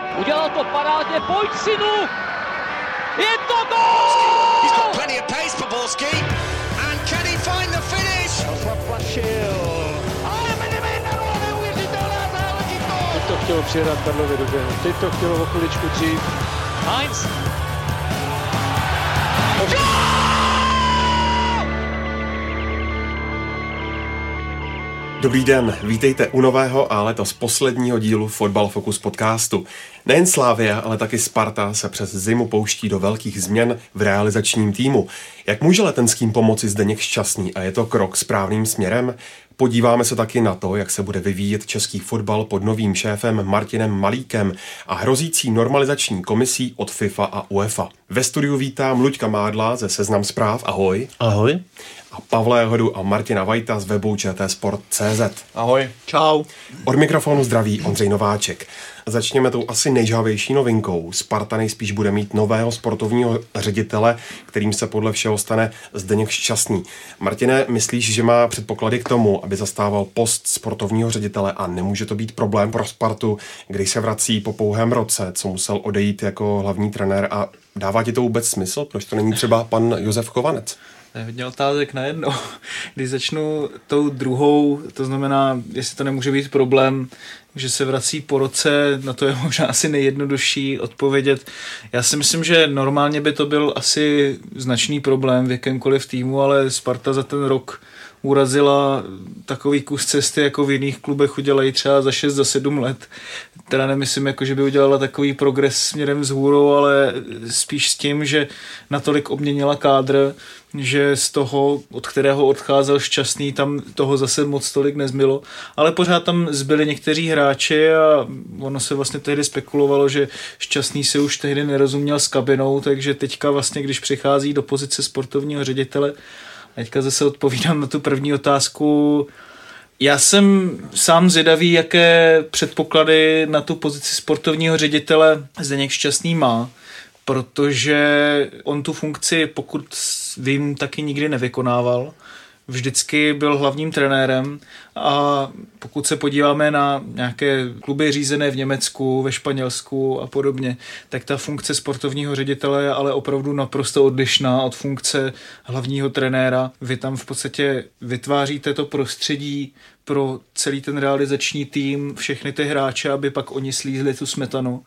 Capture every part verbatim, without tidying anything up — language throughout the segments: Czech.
Udělal to parádně, pojď synu! Je to gól! He's got plenty of pace for Borski. And can he find the finish? Ale Medemena, neuvěřitelná záležitost! Teď to chtělo přijedat Karlově do běhu, teď to chtělo o chviličku dřív. Heinz! Dobrý den, vítejte u nového a letos posledního dílu Fotbal Focus podcastu. Nejen Slavia, ale taky Sparta se přes zimu pouští do velkých změn v realizačním týmu. Jak může Letenským pomoci Zdeněk Šťastný a je to krok správným směrem? Podíváme se taky na to, jak se bude vyvíjet český fotbal pod novým šéfem Martinem Malíkem a hrozící normalizační komisí od FIFA a UEFA. Ve studiu vítám Luďka Mádla ze Seznam Zpráv. Ahoj. Ahoj. A Pavla Jahodu a Martina Vajta z webu č t sport tečka cé zet. Ahoj. Čau. Od mikrofonu zdraví Ondřej Nováček. Začněme tou asi nejžhavější novinkou. Sparta nejspíš bude mít nového sportovního ředitele, kterým se podle všeho stane Zdeněk Šťastný. Martine, myslíš, že má předpoklady k tomu, aby zastával post sportovního ředitele a nemůže to být problém pro Spartu, když se vrací po pouhém roce, co musel odejít jako hlavní trenér, a dává ti to vůbec smysl? Proč to není třeba pan Josef Chovanec? To je hodně otázek najednou. Když začnu tou druhou, to znamená, jestli to nemůže být problém, že se vrací po roce, na to je možná asi nejjednodušší odpovědět. Já si myslím, že normálně by to byl asi značný problém v jakémkoliv týmu, ale Sparta za ten rok urazila takový kus cesty, jako v jiných klubech udělají třeba za šest, za sedm let. Teda nemyslím, jako, že by udělala takový progres směrem vzhůru, ale spíš s tím, že natolik obměnila kádr, že z toho, od kterého odcházel Šťastný, tam toho zase moc tolik nezbylo. Ale pořád tam zbyli někteří hráči a ono se vlastně tehdy spekulovalo, že Šťastný se už tehdy nerozuměl s kabinou, takže teďka vlastně, když přichází do pozice sportovního ředitele, teďka zase odpovídám na tu první otázku. Já jsem sám zvědavý, jaké předpoklady na tu pozici sportovního ředitele Zdeněk Šťastný má, protože on tu funkci, pokud vím, taky nikdy nevykonával. Vždycky byl hlavním trenérem a pokud se podíváme na nějaké kluby řízené v Německu, ve Španělsku a podobně, tak ta funkce sportovního ředitele je ale opravdu naprosto odlišná od funkce hlavního trenéra. Vy tam v podstatě vytváříte to prostředí pro celý ten realizační tým, všechny ty hráče, aby pak oni slízli tu smetanu.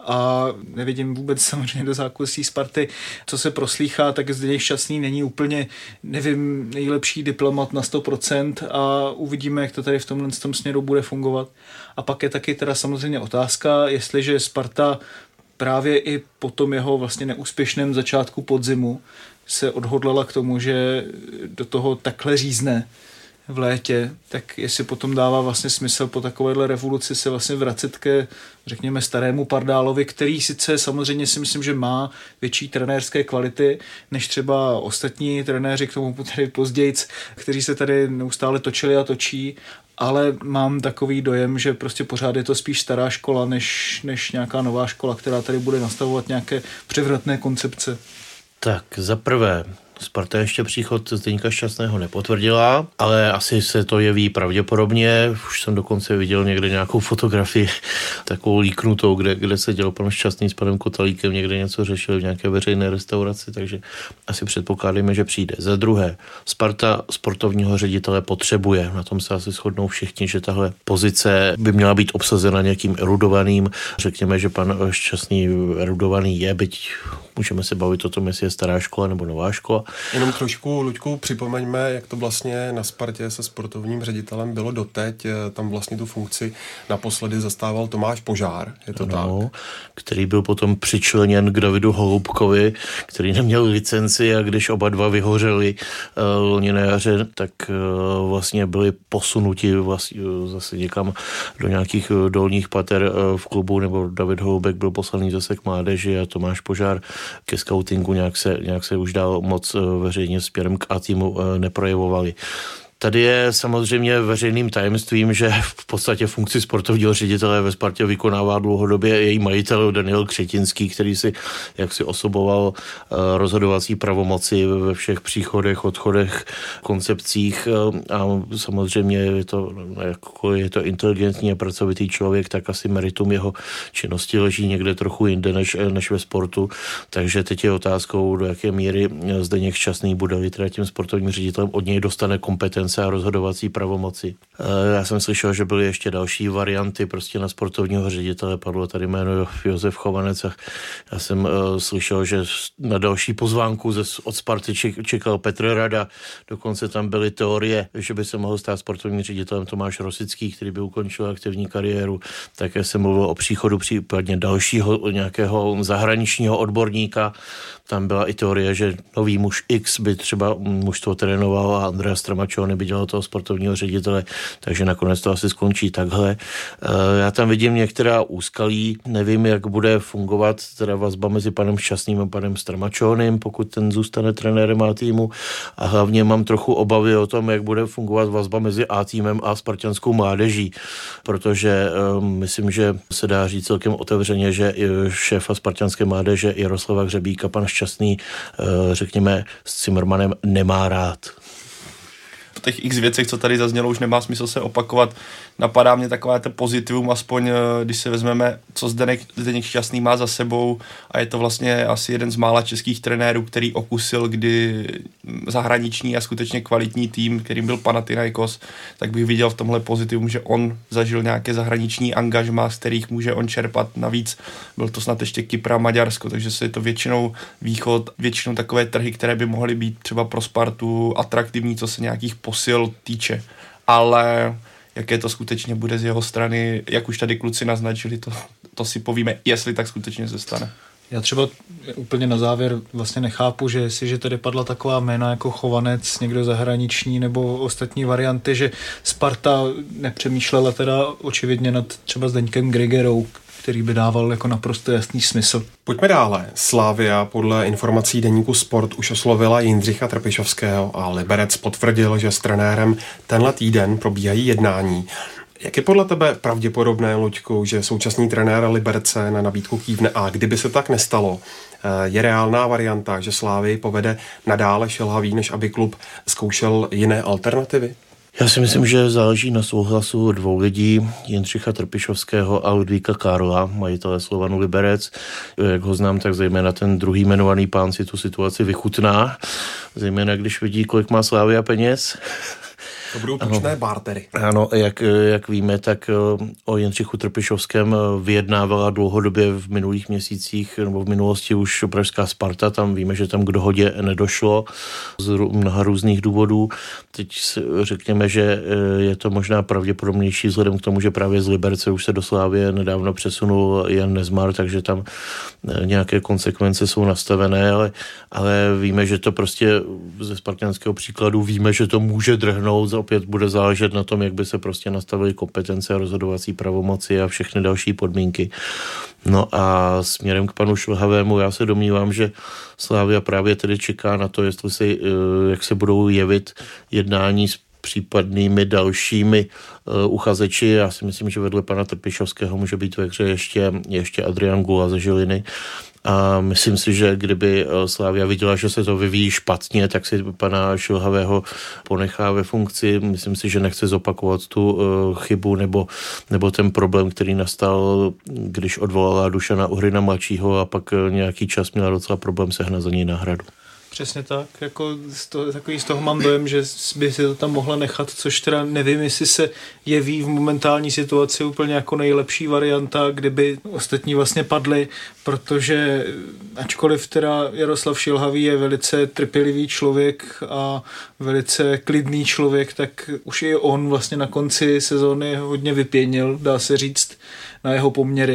A nevidím vůbec samozřejmě do zákulisí Sparty, co se proslýchá, tak Zdeněk Šťastný není úplně, nevím, nejlepší diplomat na sto procent a uvidíme, jak to tady v tomhle tom směru bude fungovat. A pak je taky teda samozřejmě otázka, jestliže Sparta právě i po tom jeho vlastně neúspěšném začátku podzimu se odhodlala k tomu, že do toho takhle řízne v létě, tak jestli potom dává vlastně smysl po takovéhle revoluci se vlastně vracet ke, řekněme, starému Pardálovi, který sice samozřejmě si myslím, že má větší trenérské kvality, než třeba ostatní trenéři, k tomu tady pozdějc, kteří se tady neustále točili a točí, ale mám takový dojem, že prostě pořád je to spíš stará škola, než, než nějaká nová škola, která tady bude nastavovat nějaké převratné koncepce. Tak za prvé, Sparta ještě příchod Zdeňka Šťastného nepotvrdila, ale asi se to jeví pravděpodobně. Už jsem dokonce viděl někde nějakou fotografii takovou líknutou, kde, kde se dělal pan Šťastný s panem Kotalíkem, někde něco řešil v nějaké veřejné restauraci, takže asi předpokládáme, že přijde. Za druhé, Sparta sportovního ředitele potřebuje. Na tom se asi shodnou všichni, že tahle pozice by měla být obsazena nějakým erudovaným. Řekněme, že pan Šťastný erudovaný je, byť můžeme se bavit o tom, jestli je stará škola nebo nová škola. Jenom trošku, Luďku, připomeňme, jak to vlastně na Spartě se sportovním ředitelem bylo doteď. Tam vlastně tu funkci naposledy zastával Tomáš Požár, je to ano, tak? Který byl potom přičleněn k Davidu Holoubkovi, který neměl licenci, a když oba dva vyhořeli uh, loni na jaře, tak uh, vlastně byli posunuti vlastně, uh, zase někam do nějakých uh, dolních pater uh, v klubu, nebo David Holoubek byl poslaný zase k mládeži a Tomáš Požár ke skautingu nějak se, nějak se už dál moc veřejně směrem k A týmu neprojevovali. Tady je samozřejmě veřejným tajemstvím, že v podstatě funkci sportovního ředitele ve Spartě vykonává dlouhodobě její majitel Daniel Křetinský, který si jaksi osoboval rozhodovací pravomoci ve všech příchodech, odchodech, koncepcích a samozřejmě je to, jako je to inteligentní a pracovitý člověk, tak asi meritum jeho činnosti leží někde trochu jinde než, než ve sportu, takže teď je otázkou, do jaké míry Zdeněk Šťastný bude teda tím sportovním ředitelem, od něj dostane kompetence a rozhodovací pravomoci. Já jsem slyšel, že byly ještě další varianty prostě na sportovního ředitele, padlo tady jméno Josef Chovanec a já jsem uh, slyšel, že na další pozvánku ze, od Sparty čekal Petr Rada, dokonce tam byly teorie, že by se mohl stát sportovním ředitelem Tomáš Rosický, který by ukončil aktivní kariéru, také se mluvilo o příchodu případně dalšího nějakého zahraničního odborníka. Tam byla i teorie, že nový muž X by třeba mužstvo trénoval a Andrea Stramačony by dělal toho sportovního ředitele, takže nakonec to asi skončí takhle. Já tam vidím některá úskalí, nevím, jak bude fungovat teda vazba mezi panem Šťastným a panem Stramačonem, pokud ten zůstane trenérem A týmu, a hlavně mám trochu obavy o tom, jak bude fungovat vazba mezi A týmem a spartanskou mládeží, protože um, myslím, že se dá říct celkem otevřeně, že šéfa spartanské mládeže Jaroslava Hřebíka pan Šťastný, řekněme, s Zimmermanem nemá rád. V těch x věcech, co tady zaznělo, už nemá smysl se opakovat. Napadá mě takové to pozitivum, aspoň když se vezmeme, co Zdeněk, Zdeněk Šťastný má za sebou, a je to vlastně asi jeden z mála českých trenérů, který okusil kdy zahraniční a skutečně kvalitní tým, kterým byl Panathinaikos, tak bych viděl v tomhle pozitivum, že on zažil nějaké zahraniční angažmá, z kterých může on čerpat. Navíc byl to snad ještě Kypr a Maďarsko, takže se je to většinou východ, většinou takové trhy, které by mohly být třeba pro Spartu atraktivní, co se nějakých posil týče. Ale jaké to skutečně bude z jeho strany, jak už tady kluci naznačili, to, to si povíme, jestli tak skutečně se stane. Já třeba úplně na závěr vlastně nechápu, že jestliže tady padla taková jména jako Chovanec, někdo zahraniční nebo ostatní varianty, že Sparta nepřemýšlela teda očividně nad třeba Zdeňkem Grigerou, který by dával jako naprosto jasný smysl. Pojďme dále. Slavia podle informací deníku Sport už oslovila Jindřicha Trpišovského a Liberec potvrdil, že s trenérem tenhle týden probíhají jednání. Jak je podle tebe pravděpodobné, Luďku, že současný trenér Liberce na nabídku kývne, a kdyby se tak nestalo, je reálná varianta, že Slavii povede nadále šilhavý, než aby klub zkoušel jiné alternativy? Já si myslím, že záleží na souhlasu dvou lidí, Jindřicha Trpišovského a Ludvíka Károla, majitele Slovanu Liberec. Jak ho znám, tak zejména ten druhý jmenovaný pán si tu situaci vychutná, zejména když vidí, kolik má Slavia peněz. To budou tučné bartery. Ano, jak, jak víme, tak o Jindřichu Trpišovském vyjednávala dlouhodobě v minulých měsících nebo v minulosti už pražská Sparta. Tam víme, že tam k dohodě nedošlo z mnoha různých důvodů. Teď řekněme, že je to možná pravděpodobnější vzhledem k tomu, že právě z Liberce už se do Slávie nedávno přesunul Jan Nezmar, takže tam nějaké konsekvence jsou nastavené, ale, ale víme, že to prostě ze spartanského příkladu víme, že to může drhnout. Opět bude záležet na tom, jak by se prostě nastavily kompetence, rozhodovací pravomoci a všechny další podmínky. No a směrem k panu Šilhavému já se domnívám, že Slavia právě tedy čeká na to, jestli se, jak se budou jevit jednání s případnými dalšími uh, uchazeči. Já si myslím, že vedle pana Trpišovského může být ve hře ještě, ještě Adrian Gula ze Žiliny. A myslím si, že kdyby Slavia viděla, že se to vyvíjí špatně, tak si pana Šilhavého ponechá ve funkci. Myslím si, že nechce zopakovat tu uh, chybu nebo, nebo ten problém, který nastal, když odvolala Dušana Uhryna mladšího a pak nějaký čas měla docela problém sehnat za něj náhradu. Přesně tak, jako z toho, takový z toho mám dojem, že by si to tam mohla nechat, což teda nevím, jestli se jeví v momentální situaci úplně jako nejlepší varianta, kdyby ostatní vlastně padly, protože ačkoliv teda Jaroslav Šilhavý je velice trpělivý člověk a velice klidný člověk, tak už i on vlastně na konci sezóny hodně vypěnil, dá se říct, na jeho poměry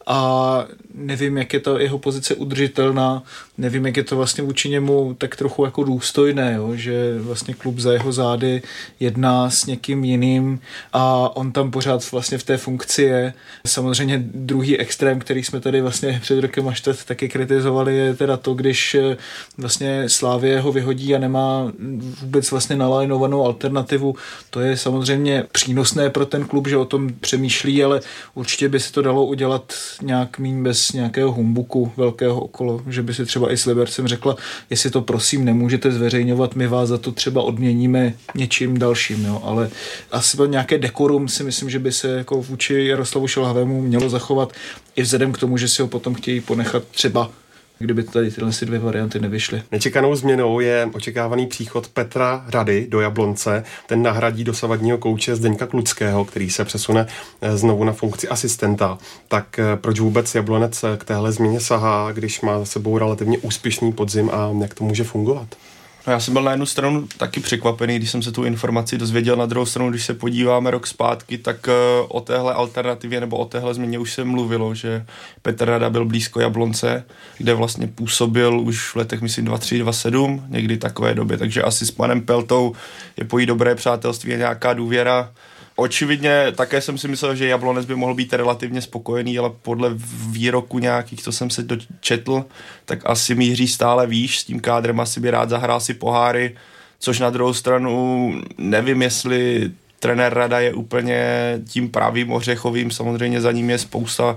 a nevím, jak je ta jeho pozice udržitelná, nevím, jak je to vlastně vůči němu tak trochu jako důstojné, jo? Že vlastně klub za jeho zády jedná s někým jiným a on tam pořád vlastně v té funkci je. Samozřejmě druhý extrém, který jsme tady vlastně před rokem až teď taky kritizovali, je teda to, když vlastně Slavie ho vyhodí a nemá vůbec vlastně nalajnovanou alternativu. To je samozřejmě přínosné pro ten klub, že o tom přemýšlí, ale určitě by se to dalo udělat nějak míň bez nějakého humbuku velkého okolo, že by si třeba i s Libercem řekla, jestli to prosím nemůžete zveřejňovat, my vás za to třeba odměníme něčím dalším, jo, ale asi nějaké dekorum si myslím, že by se jako vůči Jaroslavu Šilhavému mělo zachovat i vzhledem k tomu, že si ho potom chtějí ponechat třeba, kdyby tady tyhle dvě varianty nevyšly. Nečekanou změnou je očekávaný příchod Petra Rady do Jablonce. Ten nahradí dosavadního kouče Zdeňka Kluckého, který se přesune znovu na funkci asistenta. Tak proč vůbec Jablonec k téhle změně sahá, když má za sebou relativně úspěšný podzim a jak to může fungovat? No já jsem byl na jednu stranu taky překvapený, když jsem se tu informaci dozvěděl, na druhou stranu, když se podíváme rok zpátky, tak o téhle alternativě nebo o téhle změně už se mluvilo, že Petr Rada byl blízko Jablonce, kde vlastně působil už v letech, myslím, dva tři, dva sedm, někdy takové době, takže asi s panem Peltou je pojí dobré přátelství a nějaká důvěra. Očividně také jsem si myslel, že Jablonec by mohl být relativně spokojený, ale podle výroku nějakých, co jsem se dočetl, tak asi míří stále výš, s tím kádrem asi by rád zahrál si poháry, což na druhou stranu nevím, jestli trenér Rada je úplně tím pravým ořechovým, samozřejmě za ním je spousta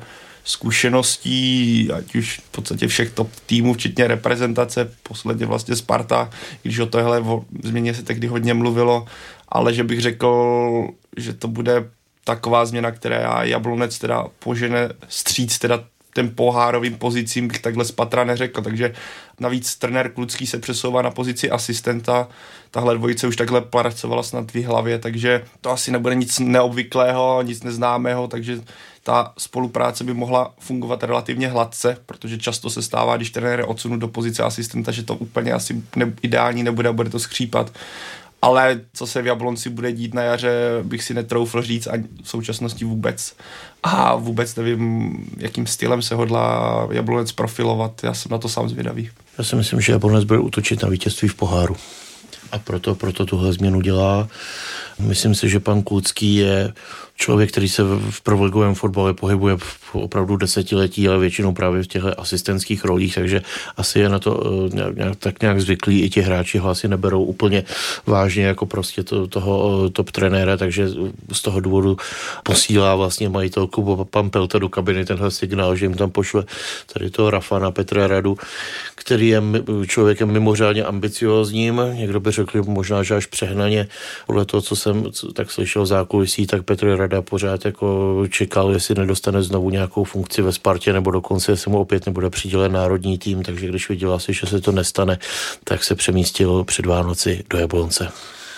zkušeností, ať už v podstatě všech top týmů, včetně reprezentace, posledně vlastně Sparta, když o tohle změně se tehdy hodně mluvilo, ale že bych řekl, že to bude taková změna, která Jablonec teda požene stříc teda těm pohárovým pozicím, bych takhle z patra neřekl, takže navíc trenér Klucký se přesouvá na pozici asistenta, tahle dvojice už takhle pracovala snad v hlavě, takže to asi nebude nic neobvyklého, nic neznámého, takže ta spolupráce by mohla fungovat relativně hladce, protože často se stává, když trenér je odsunut do pozice asistenta, že to úplně asi ne, ideální nebude, bude to skřípat. Ale co se v Jablonci bude dít na jaře, bych si netroufl říct ani v současnosti vůbec. A vůbec nevím, jakým stylem se hodlá Jablonec profilovat. Já jsem na to sám zvědavý. Já si myslím, že Jablonec bude útočit na vítězství v poháru. A proto, proto tuhle změnu dělá. Myslím si, že pan Klucký je člověk, který se v prvoligovém fotbale pohybuje v opravdu desetiletí, ale většinou právě v těchto asistentských rolích, takže asi je na to nějak, tak nějak zvyklí, i ti hráči ho asi neberou úplně vážně jako prostě to, toho top trenéra, takže z toho důvodu posílá vlastně majitelku pan Pelta do kabiny tenhle signál, že jim tam pošle tady toho Rafana Petra Radu, který je člověkem mimořádně ambiciózním, někdo by řekl možná, že až přehnaně, podle toho, co jsem tak slyšel zákulisí, tak Petr Rada pořád jako čekal, jestli nedostane znovu nějakou funkci ve Spartě, nebo dokonce, jestli mu opět nebude přidělen národní tým, takže když viděl asi, že se to nestane, tak se přemístil před Vánoci do Jablonce.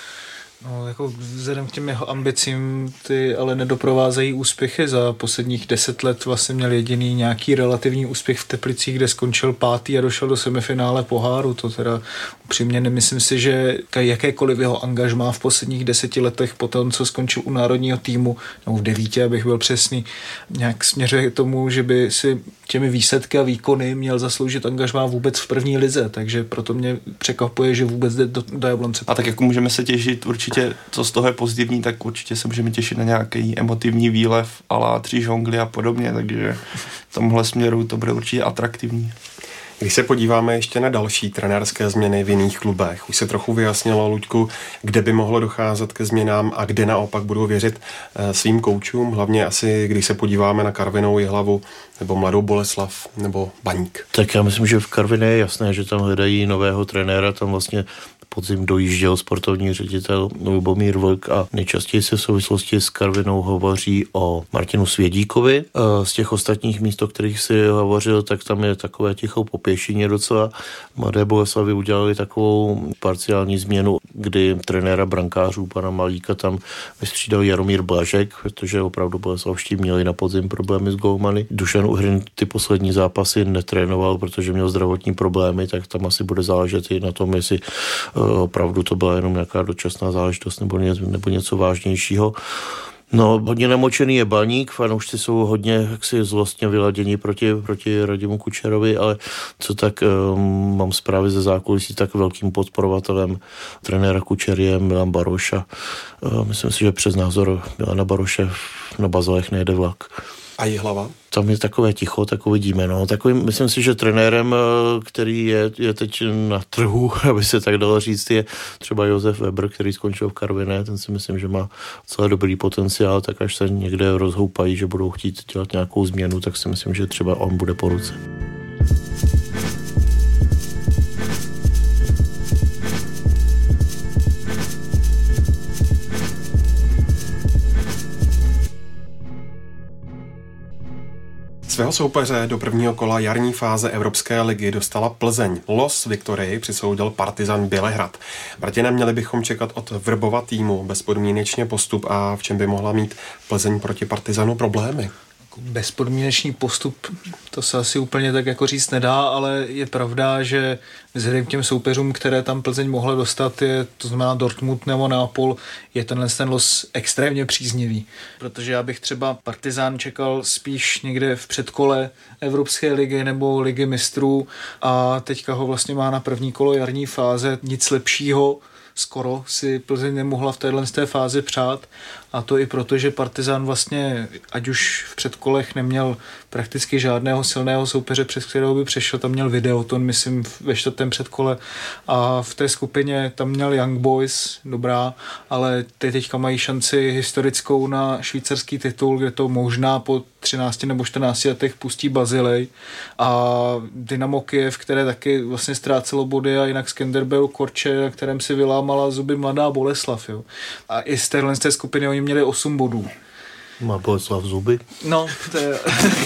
No, jako vzhledem k těm jeho ambicím, ty ale nedoprovázejí úspěchy. Za posledních deset let vlastně měl jediný nějaký relativní úspěch v Teplicích, kde skončil pátý a došel do semifinále poháru. To teda upřímně nemyslím si, že jakékoliv jeho angažmá v posledních deseti letech po tom, co skončil u národního týmu, nebo v devíti, abych byl přesný, nějak směřuje k tomu, že by si těmi výsledky a výkony měl zasloužit angažmá vůbec v první lize, takže proto mě překvapuje, že vůbec jde do, do Jablonce. A tak jako můžeme se těšit určitě, co z toho je pozitivní, tak určitě se můžeme těšit na nějaký emotivní výlev a la tři žongly a podobně, takže v tomhle směru to bude určitě atraktivní. Když se podíváme ještě na další trenérské změny v jiných klubech, už se trochu vyjasnilo, Luďku, kde by mohlo docházet ke změnám a kde naopak budou věřit svým koučům, hlavně asi, když se podíváme na Karvinou Jihlavu nebo Mladou Boleslav nebo Baník. Tak já myslím, že v Karvině je jasné, že tam hledají nového trenéra, tam vlastně podzim dojížděl sportovní ředitel Lubomír Vlk a nejčastěji se v souvislosti s Karvinou hovoří o Martinu Svědíkovi. Z těch ostatních míst, o kterých si hovořil, tak tam je takové tichou popěšině docela. Mladé Boleslavy udělali takovou parciální změnu, kdy trenéra brankářů pana Malíka tam vystřídal Jaromír Blažek, protože opravdu Boleslavští měli na podzim problémy s golmany. Dušan Uhrin ty poslední zápasy netrénoval, protože měl zdravotní problémy, tak tam asi bude záležet i na tom, jestli opravdu to byla jenom nějaká dočasná záležitost nebo něco, nebo něco vážnějšího. No, hodně namočený je Baník, fanoušci jsou hodně jaksi zlostně vyladění proti, proti Radimu Kučerovi, ale co tak um, mám zprávy ze zákulisí, tak velkým podporovatelem trenéra Kučery je Milan Baroš a uh, myslím si, že přes názor Milana Baroše na Bazalech nejede vlak. A Jihlava? Tam je takové ticho, tak uvidíme. No. Takový, myslím si, že trenérem, který je, je teď na trhu, aby se tak dalo říct, je třeba Josef Weber, který skončil v Karviné. Ten si myslím, že má celé dobrý potenciál, tak až se někde rozhoupají, že budou chtít dělat nějakou změnu, tak si myslím, že třeba on bude po ruce. Svého soupeře do prvního kola jarní fáze Evropské ligy dostala Plzeň. Los Viktorii přisoudil Partizan Bělehrad. Martine, měli bychom čekat od Vrbova týmu bezpodmínečně postup a v čem by mohla mít Plzeň proti Partizanu problémy? Bezpodmínečný postup, to se asi úplně tak jako říct nedá, ale je pravda, že vzhledem k těm soupeřům, které tam Plzeň mohla dostat, je, to znamená Dortmund nebo Neapol, je tenhle ten los extrémně příznivý. Protože já bych třeba Partizán čekal spíš někde v předkole Evropské ligy nebo ligy mistrů a teďka ho vlastně má na první kolo jarní fáze. Nic lepšího skoro si Plzeň nemohla v téhle té fázi přát a to i proto, že Partizán vlastně, ať už v předkolech neměl prakticky žádného silného soupeře, přes kterého by přešel, tam měl Videoton, myslím, ve čtvrtém předkole a v té skupině tam měl Young Boys, dobrá, ale ty teďka mají šanci historickou na švýcarský titul, kde to možná po třinácti nebo čtrnácti letech pustí Bazilej a Dynamo Kyjev, které taky vlastně ztrácelo body a jinak Skanderbeu Korče, na kterém si vylámala zuby mladá Boleslav. Jo. A i z téhle z té skupiny oni měli osm bodů. Má Boleslav zuby? No, to je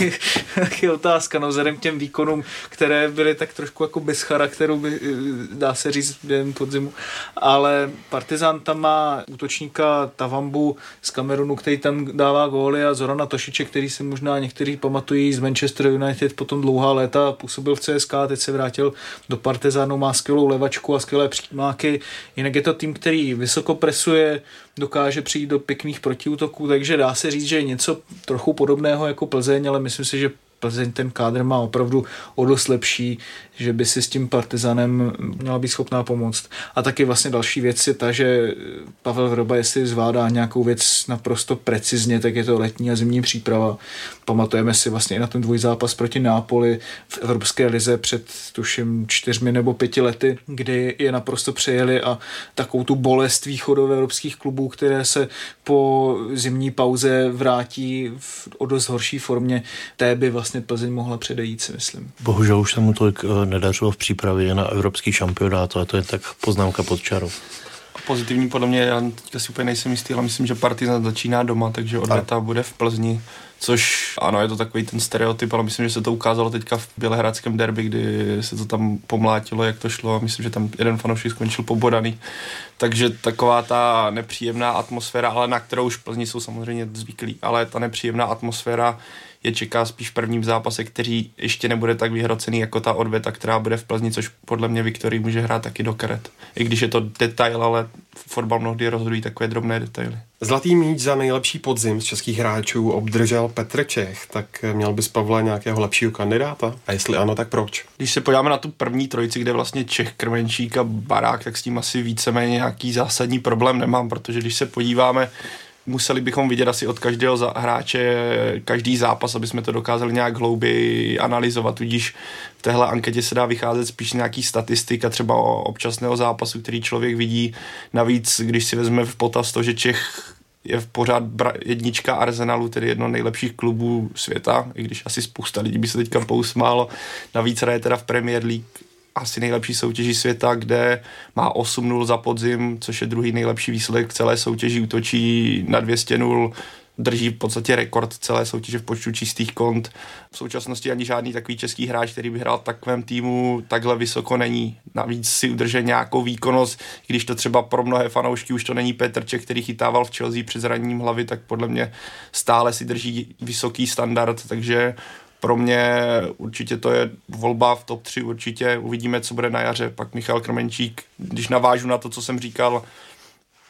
taky otázka, no, vzhledem k těm výkonům, které byly tak trošku jako bez charakteru, by, dá se říct během podzimu, ale Partizán tam má útočníka Tavambu z Kamerunu, který tam dává góly a Zorana Tošiče, který si možná někteří pamatují z Manchester United, potom dlouhá léta působil v C S K, teď se vrátil do Partizánu, má skvělou levačku a skvělé přímáky, jinak je to tým, který vysoko presuje, dokáže přijít do pěkných protiútoků, takže dá se říct, že je něco trochu podobného jako Plzeň, ale myslím si, že Plzeň ten kádr má opravdu o dost lepší, že by si s tím Partizanem měla být schopná pomoct. A taky vlastně další věc je ta, že Pavel Vrba, jestli zvládá nějakou věc naprosto precizně, tak je to letní a zimní příprava. Pamatujeme si vlastně i na ten dvojzápas proti Neapoli v Evropské lize před tuším čtyřmi nebo pěti lety, kdy je naprosto přejeli a takovou tu bolest východu evropských klubů, které se po zimní pauze vrátí v o dost horší formě, té by vlastně Plzeň mohla předejít, si myslím. Bohužel už se mu tolik nedařilo v přípravě na evropský šampionát, ale to je tak poznámka pod čarou. Pozitivní podle mě, já teďka si úplně nejsem jistý, ale myslím, že Partizan začíná doma, takže odveta bude v Plzni, což ano, je to takový ten stereotyp, ale myslím, že se to ukázalo teďka v bělehradském derby, kdy se to tam pomlátilo, jak to šlo a myslím, že tam jeden fanoušek skončil pobodaný. Takže taková ta nepříjemná atmosféra, ale na kterou už Plzni jsou samozřejmě zvyklí, ale ta nepříjemná atmosféra je čeká spíš v prvním zápase, který ještě nebude tak vyhrocený jako ta odveta, která bude v Plzni, což podle mě Viktorii může hrát taky do karet. I když je to detail, ale fotbal mnohdy rozhodují takové drobné detaily. Zlatý míč za nejlepší podzim z českých hráčů obdržel Petr Čech, tak měl bys, Pavle, nějakého lepšího kandidáta? A jestli ano, tak proč? Když se podíváme na tu první trojici, kde vlastně Čech, Krmenčík a Barák, tak s tím asi víceméně nějaký zásadní problém nemám, protože když se podíváme, museli bychom vidět asi od každého hráče každý zápas, aby jsme to dokázali nějak hlouběji analyzovat, tudíž v téhle anketě se dá vycházet spíš nějaký statistika třeba o občasného zápasu, který člověk vidí. Navíc, když si vezme v potaz to, že Čech je v pořád jednička Arsenalu, tedy jedno nejlepších klubů světa, i když asi spousta lidí by se teďka pousmálo. Navíc hraje teda v Premier League, asi nejlepší soutěži světa, kde má osm nula za podzim, což je druhý nejlepší výsledek v celé soutěži, útočí na dvě stě nul, drží v podstatě rekord celé soutěže v počtu čistých kont. V současnosti ani žádný takový český hráč, který by hrál v takovém týmu, takhle vysoko není. Navíc si udrže nějakou výkonnost, když to třeba pro mnohé fanoušky už to není Petr Čech, který chytával v Chelsea před zraněním hlavy, tak podle mě stále si drží vysoký standard, takže pro mě určitě to je volba v top tři, určitě uvidíme, co bude na jaře. Pak Michal Krmenčík, když navážu na to, co jsem říkal,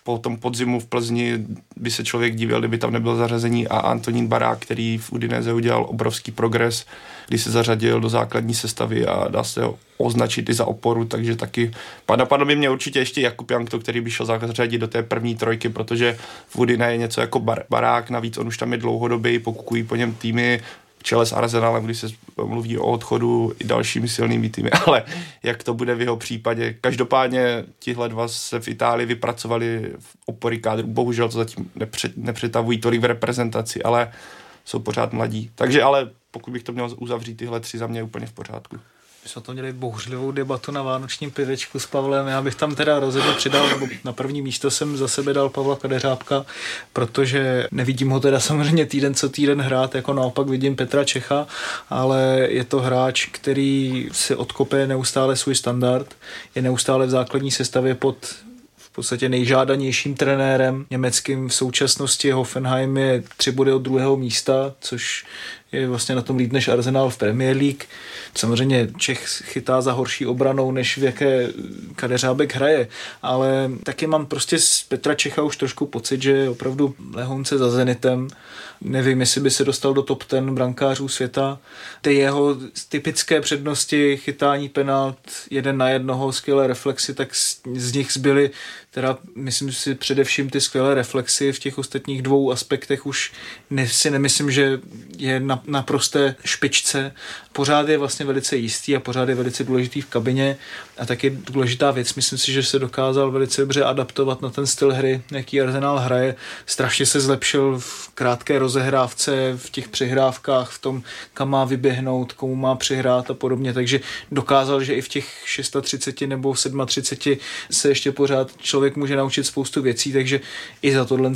po tom podzimu v Plzni by se člověk divil, kdyby tam nebyl zařazení a Antonín Barák, který v Udinese udělal obrovský progres, když se zařadil do základní sestavy a dá se ho označit i za oporu, takže taky napadlo by mě určitě ještě Jakub Jankto, který by šel zařadit do té první trojky, protože v Udine je něco jako bar, Barák, navíc on už tam je dlouhodobý, pokukují po něm týmy, v čele s Arsenalem, když se mluví o odchodu i dalšími silnými týmy, ale jak to bude v jeho případě. Každopádně tihle dva se v Itálii vypracovali v opory kádru, bohužel to zatím nepřed, nepřetavují tolik v reprezentaci, ale jsou pořád mladí. Takže ale pokud bych to měl uzavřít, tyhle tři za mě je úplně v pořádku. My jsme to měli bouřlivou debatu na vánočním pivečku s Pavlem. Já bych tam teda rozhodně přidal, nebo na první místo jsem za sebe dal Pavla Kadeřábka, protože nevidím ho teda samozřejmě týden co týden hrát, jako naopak vidím Petra Čecha, ale je to hráč, který si odkope neustále svůj standard, je neustále v základní sestavě pod v podstatě nejžádanějším trenérem německým v současnosti. Hoffenheim je tři body od druhého místa, což je vlastně na tom líp než Arsenal v Premier League. Samozřejmě Čech chytá za horší obranou, než v jaké Kadeřábek hraje, ale taky mám prostě z Petra Čecha už trošku pocit, že je opravdu lehonce za Zenitem. Nevím, jestli by se dostal do top deset brankářů světa. Ty jeho typické přednosti, chytání penalt, jeden na jednoho, skvělé reflexy, tak z, z nich zbyly teda, myslím si, především ty skvělé reflexy. V těch ostatních dvou aspektech už ne, si nemyslím, že je na, na prosté špičce. Pořád je vlastně velice jistý a pořád je velice důležitý v kabině a taky důležitá věc. Myslím si, že se dokázal velice dobře adaptovat na ten styl hry, jaký Arsenal hraje. Strašně se zlepšil v krátké rozehrávce, v těch přihrávkách, v tom, kam má vyběhnout, komu má přihrát a podobně. Takže dokázal, že i v těch třicet šest nebo třicet sedm se ještě pořád člověk může naučit spoustu věcí, takže i za tohle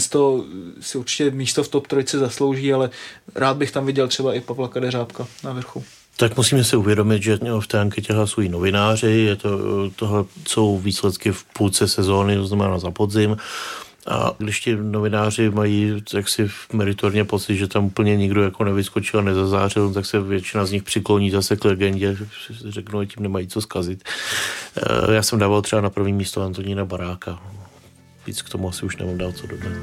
si určitě místo v top trojce zaslouží, ale rád bych tam viděl třeba i Pavla Kadeřábka na vrchu. Tak musíme si uvědomit, že v té anketě hlasují novináři, je to, tohle jsou výsledky v půlce sezóny, to znamená za podzim. A když ti novináři mají jaksi meritorně pocit, že tam úplně nikdo jako nevyskočil a nezazářil, tak se většina z nich přikloní zase k legendě, řeknou, že tím nemají co zkazit. Já jsem dával třeba na první místo Antonína Baráka. Víc k tomu asi už nemám dál co dodat.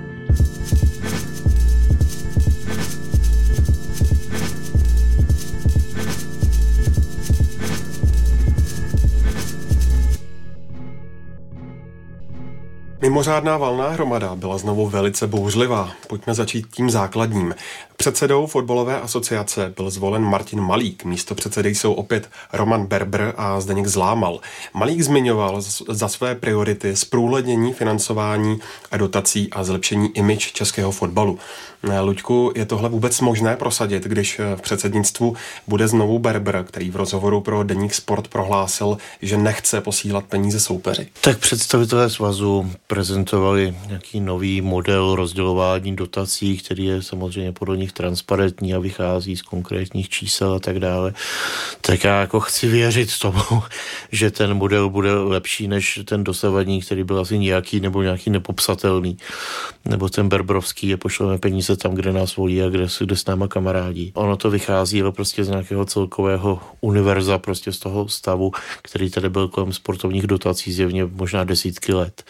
Mimořádná valná hromada byla znovu velice bouřlivá. Pojďme začít tím základním. Předsedou fotbalové asociace byl zvolen Martin Malík. Místo předsedy jsou opět Roman Berber a Zdeněk Zlámal. Malík zmiňoval za své priority zprůhlednění financování a dotací a zlepšení image českého fotbalu. Luďku, je tohle vůbec možné prosadit, když v předsednictvu bude znovu Berber, který v rozhovoru pro Deník Sport prohlásil, že nechce posílat peníze soupeři? Tak představitelé svazu prezentovali nějaký nový model rozdělování dotací, který je samozřejmě podle nich transparentní a vychází z konkrétních čísel a tak dále. Tak já jako chci věřit tomu, že ten model bude lepší než ten dosavadní, který byl asi nějaký nebo nějaký nepopsatelný. Nebo ten Berbrovský, je pošleme peníze tam, kde nás volí a kde, kde s náma kamarádí. Ono to vychází prostě z nějakého celkového univerza, prostě z toho stavu, který tady byl kolem sportovních dotací zjevně možná desítky let,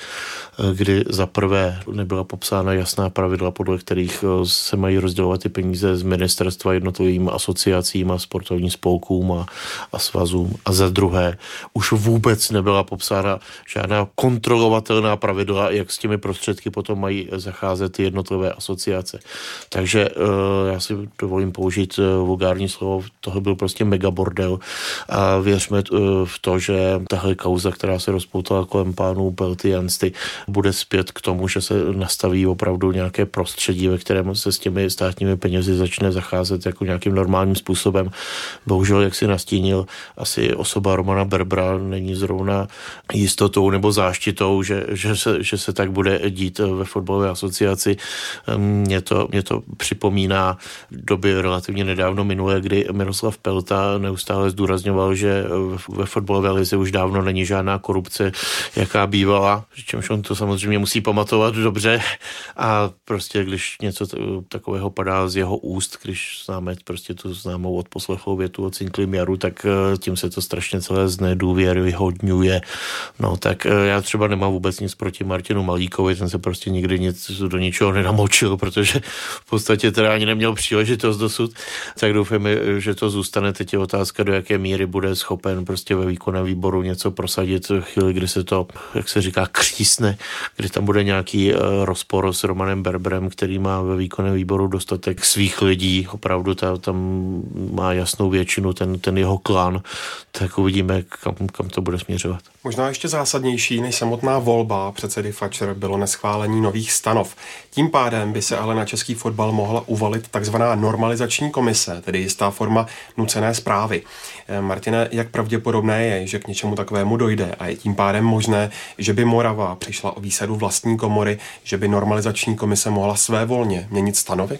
kdy za prvé nebyla popsána jasná pravidla, podle kterých se mají rozdělovat ty peníze z ministerstva jednotlivým asociacím a sportovním spolkům a, a svazům. A za druhé už vůbec nebyla popsána žádná kontrolovatelná pravidla, jak s těmi prostředky potom mají zacházet ty jednotlivé asociace. Takže já si dovolím použít vulgární slovo, tohle byl prostě megabordel a věřme v to, že tahle kauza, která se rozpoutala kolem pánů Pelty Jansty, bude zpět k tomu, že se nastaví opravdu nějaké prostředí, ve kterém se s těmi státními penězi začne zacházet jako nějakým normálním způsobem. Bohužel, jak si nastínil, asi osoba Romana Berbera není zrovna jistotou nebo záštitou, že, že, se, že se tak bude dít ve fotbalové asociaci. Mě to, mě to připomíná doby relativně nedávno minulé, kdy Miroslav Pelta neustále zdůrazňoval, že ve fotbalové lize už dávno není žádná korupce, jaká bývala, čímž on to samozřejmě musí pamatovat dobře a prostě když něco takového padá z jeho úst, když známe prostě tu známou odposlechlou větu o cinklým jaru, tak tím se to strašně celé znedůvěryhodňuje. No tak já třeba nemám vůbec nic proti Martinu Malíkovi, ten se prostě nikdy nic do ničeho nenamočil, protože v podstatě teda ani neměl příležitost dosud, tak doufám, že to zůstane. Teď je otázka, do jaké míry bude schopen prostě ve výkonném výboru něco prosadit v chvíli, kdy se to, jak se říká, křísne, kdy tam bude nějaký rozpor s Romanem Berberem, který má ve výkonném výboru dostatek svých lidí, opravdu ta, tam má jasnou většinu ten, ten jeho klan, tak uvidíme, kam, kam to bude směřovat. Možná ještě zásadnější než samotná volba předsedy Fatcher bylo neschválení nových stanov. Tím pádem by se ale na český fotbal mohla uvalit takzvaná normalizační komise, tedy jistá forma nucené správy. Martine, jak pravděpodobné je, že k něčemu takovému dojde a je tím pádem možné, že by Morava přišla o výsadu vlastní komory, že by normalizační komise mohla svévolně měnit stanovy?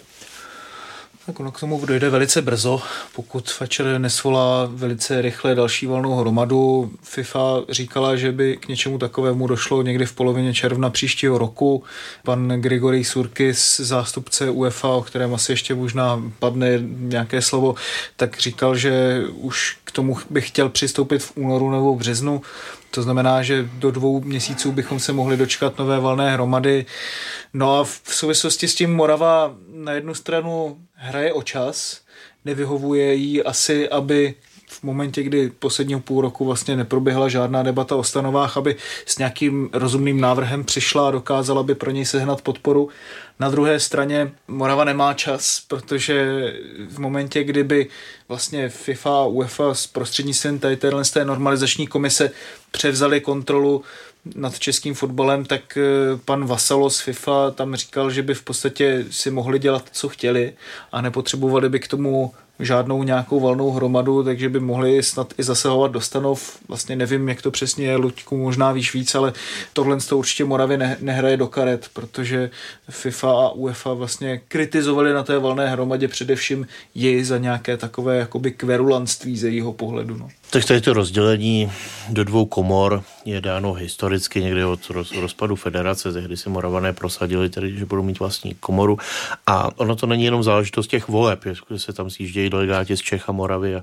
Tak ono k tomu dojde velice brzo, pokud Fatcher nesvolá velice rychle další valnou hromadu. FIFA říkala, že by k něčemu takovému došlo někdy v polovině června příštího roku. Pan Grigory Surkis, zástupce UEFA, o kterém asi ještě možná padne nějaké slovo, tak říkal, že už k tomu by chtěl přistoupit v únoru nebo v březnu. To znamená, že do dvou měsíců bychom se mohli dočkat nové valné hromady. No a v souvislosti s tím Morava na jednu stranu hraje o čas, nevyhovuje jí asi, aby v momentě, kdy posledního půl roku vlastně neproběhla žádná debata o stanovách, aby s nějakým rozumným návrhem přišla a dokázala by pro něj sehnat podporu. Na druhé straně Morava nemá čas, protože v momentě, kdyby vlastně FIFA a UEFA s prostřednictvím tady té normalizační komise převzali kontrolu nad českým fotbalem, tak pan Vasalo z FIFA tam říkal, že by v podstatě si mohli dělat, co chtěli a nepotřebovali by k tomu žádnou nějakou valnou hromadu, takže by mohli snad i zasahovat do stanov. Vlastně nevím, jak to přesně je, Luďku, možná víš víc, ale tohle to určitě Moravě ne, nehraje do karet, protože FIFA a UEFA vlastně kritizovali na té valné hromadě především jej za nějaké takové jakoby kverulanství ze jejího pohledu. No. Tak tady to rozdělení do dvou komor je dáno historicky někdy od roz, rozpadu federace, tehdy si Moravané prosadili, tedy, že budou mít vlastní komoru a ono to není jenom záležitost těch voleb, že se tam sjíždějí delegáti z Čech a Moravy a,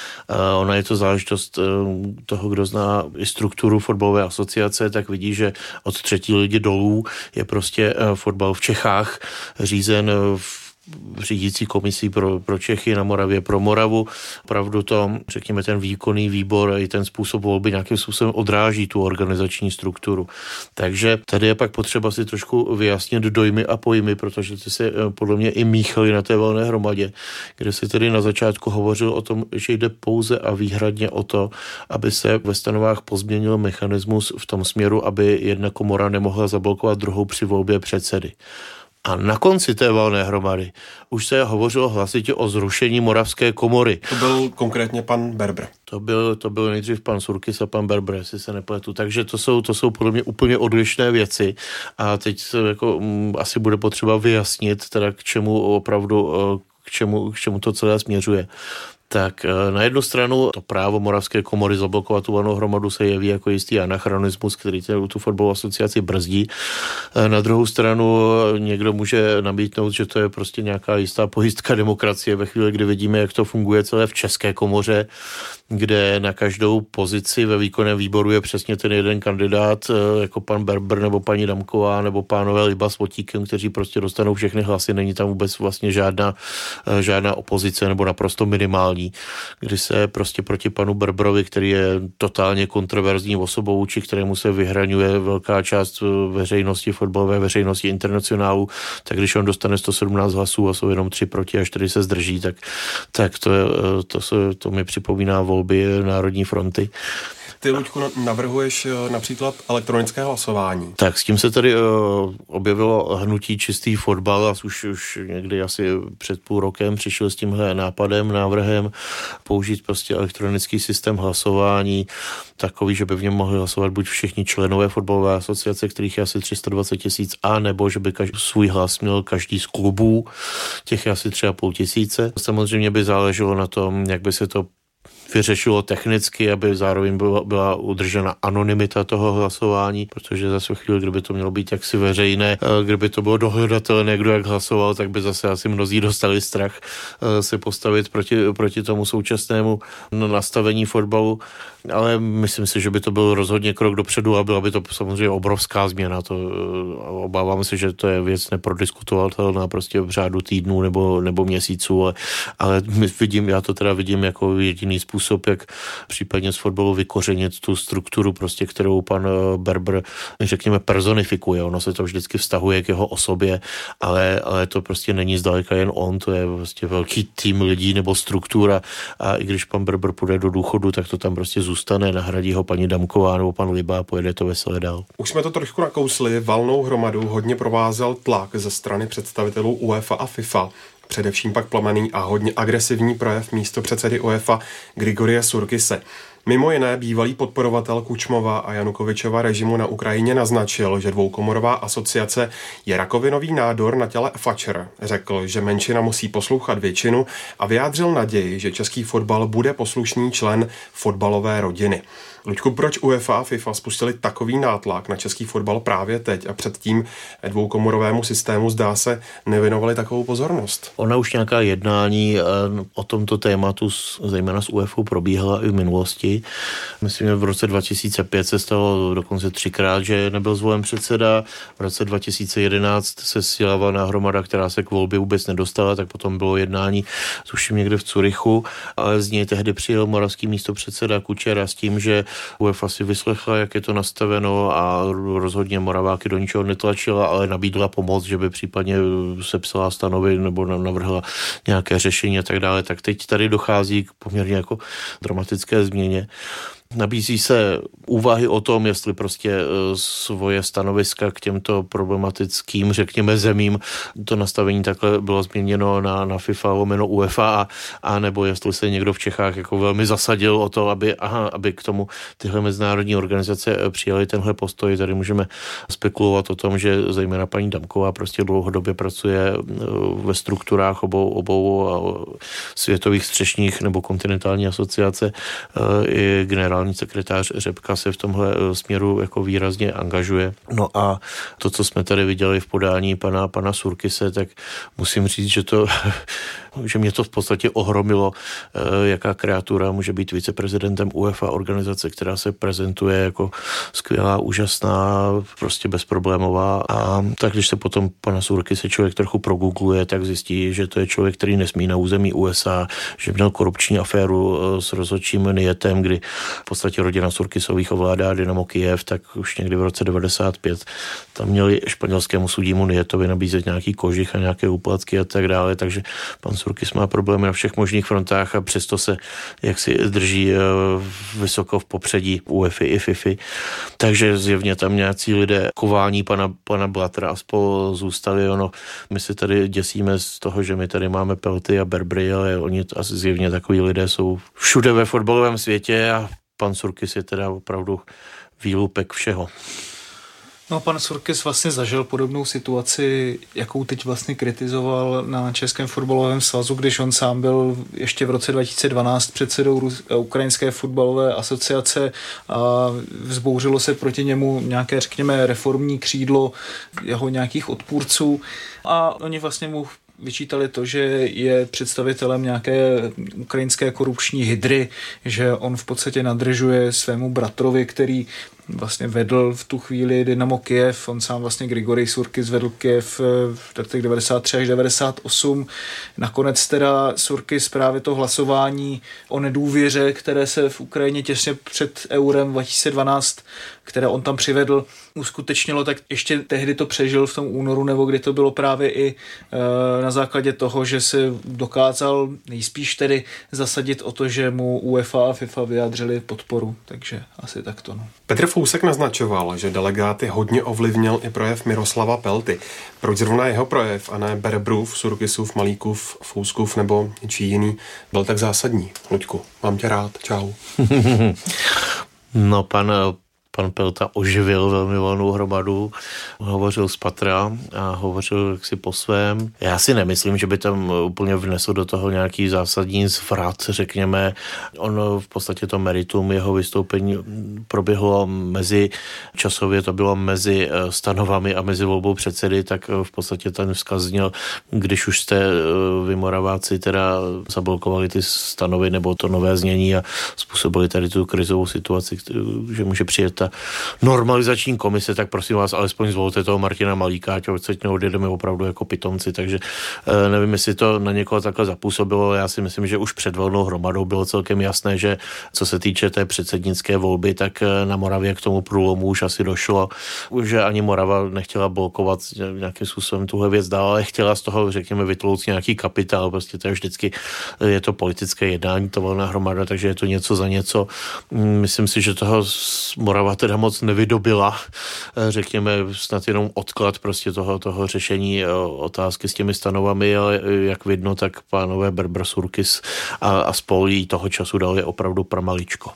a ona je to záležitost toho, kdo zná i strukturu fotbalové asociace, tak vidí, že od třetí ligy dolů je prostě fotbal v Čechách řízen v řídící komisí pro, pro Čechy na Moravě, pro Moravu. Opravdu to, řekněme, ten výkonný výbor i ten způsob volby nějakým způsobem odráží tu organizační strukturu. Takže tady je pak potřeba si trošku vyjasnit dojmy a pojmy, protože ty se podle mě i míchaly na té valné hromadě, kde se tedy na začátku hovořil o tom, že jde pouze a výhradně o to, aby se ve stanovách pozměnil mechanismus v tom směru, aby jedna komora nemohla zablokovat druhou při volbě předsedy. A na konci té valné hromady už se hovořilo hlasitě o zrušení Moravské komory. To byl konkrétně pan Berber. To byl, to byl nejdřív pan Surkis a pan Berber, jestli se nepletu. Takže to jsou, to jsou podle mě úplně odlišné věci. A teď se jako, m, asi bude potřeba vyjasnit, teda k čemu opravdu, k čemu, k čemu to celé směřuje. Tak na jednu stranu to právo Moravské komory zablokovat tu valnou hromadu se jeví jako jistý anachronismus, který tu fotbalovou asociaci brzdí. Na druhou stranu někdo může namítnout, že to je prostě nějaká jistá pojistka demokracie ve chvíli, kdy vidíme, jak to funguje celé v České komoře, kde na každou pozici ve výkonném výboru je přesně ten jeden kandidát, jako pan Berber nebo paní Damková nebo pánové Liba s Votíkem, kteří prostě dostanou všechny hlasy, není tam vůbec vlastně žádná, žádná opozice nebo naprosto minimální, kdy se prostě proti panu Berberovi, který je totálně kontroverzní osobou, či kterému se vyhraňuje velká část veřejnosti, fotbalové veřejnosti internacionálu, tak když on dostane sto sedmnáct hlasů a jsou jenom tři proti a čtyři se zdrží, tak, tak to, je, to, se, to mi připomíná volby Národní fronty. Ty, Luďku, navrhuješ například elektronické hlasování. Tak s tím se tady uh, objevilo hnutí Čistý fotbal a už, už někdy asi před půl rokem přišel s tímhle nápadem, návrhem použít prostě elektronický systém hlasování takový, že by v něm mohli hlasovat buď všichni členové fotbalové asociace, kterých je asi tři sta dvacet tisíc, a nebo že by každý svůj hlas měl každý z klubů, těch je asi tři a půl tisíce. Samozřejmě by záleželo na tom, jak by se to vyřešilo technicky, aby zároveň byla, byla udržena anonymita toho hlasování, protože zase v chvíli, kdyby to mělo být jaksi veřejné, kdyby to bylo dohledatelné, kdo jak hlasoval, tak by zase asi mnozí dostali strach se postavit proti, proti tomu současnému nastavení fotbalu, ale myslím si, že by to byl rozhodně krok dopředu a byla by to samozřejmě obrovská změna. To, obávám se, že to je věc neprodiskutovatelná prostě v řádu týdnů nebo, nebo měsíců, ale, ale vidím, já to teda vidím jako jediný způsob, jak případně z fotbalu vykořenit tu strukturu, prostě, kterou pan Berber, řekněme, personifikuje. Ono se to vždycky vztahuje k jeho osobě, ale, ale to prostě není zdaleka jen on, to je prostě velký tým lidí nebo struktura a i když pan Berber půjde do důchodu, tak to tam prostě zůstane, nahradí ho paní Damková nebo pan Liba a pojede to veselé dál. Už jsme to trošku nakousli, valnou hromadu hodně provázel tlak ze strany představitelů UEFA a FIFA. Především pak plamený a hodně agresivní projev místopředsedy UEFA Grigoria Surkise. Mimo jiné bývalý podporovatel Kučmova a Janukovyčova režimu na Ukrajině naznačil, že dvoukomorová asociace je rakovinový nádor na těle fačer. Řekl, že menšina musí poslouchat většinu a vyjádřil naději, že český fotbal bude poslušný člen fotbalové rodiny. Luďku, proč UEFA a FIFA spustili takový nátlak na český fotbal právě teď a předtím dvoukomorovému systému, zdá se, nevěnovali takovou pozornost? Ona už nějaká jednání o tomto tématu, zejména s UEFA, probíhala i v minulosti. Myslím, že v roce dva tisíce pět se stalo dokonce třikrát, že nebyl zvolen předseda. V roce dva tisíce jedenáct se sjela valná hromada, která se k volbě vůbec nedostala, tak potom bylo jednání, tuším někde v Curychu, ale z něj tehdy přijel moravský místopředseda Kučera s tím, že UEFA si vyslechla, jak je to nastaveno a rozhodně Moraváky do ničeho netlačila, ale nabídla pomoc, že by případně sepsala stanovy nebo navrhla nějaké řešení a tak dále. Tak teď tady dochází k poměrně jako dramatické změně. Nabízí se úvahy o tom, jestli prostě svoje stanoviska k těmto problematickým, řekněme, zemím, to nastavení takhle bylo změněno na, na FIFA lomeno UEFA a, a nebo jestli se někdo v Čechách jako velmi zasadil o to, aby, aha, aby k tomu tyhle mezinárodní organizace přijali tenhle postoj. Tady můžeme spekulovat o tom, že zejména paní Damková prostě dlouhodobě pracuje ve strukturách obou, obou světových střešních nebo kontinentální asociace i generální sekretář Řepka se v tomhle směru jako výrazně angažuje. No a to, co jsme tady viděli v podání pana, pana Surkise, tak musím říct, že to, že mě to v podstatě ohromilo, jaká kreatura může být viceprezidentem UEFA, organizace, která se prezentuje jako skvělá, úžasná, prostě bezproblémová. A tak když se potom pana Surkise člověk trochu progoogluje, tak zjistí, že to je člověk, který nesmí na území U S A, že měl korupční aféru s rozhodčím Nietem, kdy v podstatě rodina Surkisových ovládá Dynamo Kyjev, tak už někdy v roce devadesát pět tam měli španělskému sudímu Nietovi nabízet nějaký kožich a nějaké úplatky a tak dále, takže pan Surkis má problémy na všech možných frontách a přesto se jaksi drží vysoko v popředí UEFA i FIFA. Takže zjevně tam nějací lidé kování pana, pana Blattera a spolu zůstali. Ono, my se tady děsíme z toho, že my tady máme Pelty a Berbry, ale oni asi zjevně takový lidé jsou všude ve fotbalovém světě a pan Surkis je teda opravdu výlupek všeho. No, pan Surkis vlastně zažil podobnou situaci, jakou teď vlastně kritizoval na Českém fotbalovém svazu, když on sám byl ještě v roce dva tisíce dvanáct předsedou Ukrajinské fotbalové asociace a vzbouřilo se proti němu nějaké, řekněme, reformní křídlo jeho nějakých odpůrců a oni vlastně mu vyčítali to, že je představitelem nějaké ukrajinské korupční hydry, že on v podstatě nadržuje svému bratrovi, který vlastně vedl v tu chvíli Dynamo Kyjev, on sám vlastně Grigorij Surkis vedl Kyjev v letech devadesát tři až devadesát osm. Nakonec teda Surkis právě to hlasování o nedůvěře, které se v Ukrajině těsně před eurem dva tisíce dvanáct, které on tam přivedl, uskutečnilo, tak ještě tehdy to přežil v tom únoru, nebo kdy to bylo právě i e, na základě toho, že se dokázal nejspíš tedy zasadit o to, že mu UEFA a FIFA vyjádřili podporu, takže asi takto. No. Petr Fousek naznačoval, že delegáty hodně ovlivnil i projev Miroslava Pelty. Proč zrovna jeho projev a ne Berbrův, Surkisův, Malíkův, Fouskův nebo či jiný byl tak zásadní? Luďku, mám tě rád, čau. No, pan pan Pelta oživil velmi volnou hromadu, hovořil z patra a hovořil jaksi po svém. Já si nemyslím, že by tam úplně vnesl do toho nějaký zásadní zvrat, řekněme. On v podstatě to meritum jeho vystoupení proběhlo mezi, časově to bylo mezi stanovami a mezi volbou předsedy, tak v podstatě ten vzkaz zněl, když už jste vy Moraváci teda zablokovali ty stanovy nebo to nové znění a způsobili tady tu krizovou situaci, že může přijet ta normalizační komise, tak prosím vás, alespoň zvolte toho Martina Malíka, ať se neodjedeme opravdu jako pitomci, takže nevím, jestli to na někoho takhle zapůsobilo. Já si myslím, že už před volnou hromadou bylo celkem jasné, že co se týče té předsednické volby, tak na Moravě k tomu průlomu už asi došlo, že ani Morava nechtěla blokovat nějakým způsobem tuhle věc dál, ale chtěla z toho, řekněme, vytlouct nějaký kapitál, prostě to je vždycky, je to politické jednání, to volná hromada, takže je to něco za něco. Myslím si, že toho Morava teda moc nevydobila, řekněme, snad jenom odklad prostě toho, toho řešení otázky s těmi stanovami, ale jak vidno, tak pánové Berber, Surkis a, a spol jí toho času dali opravdu pramaličko.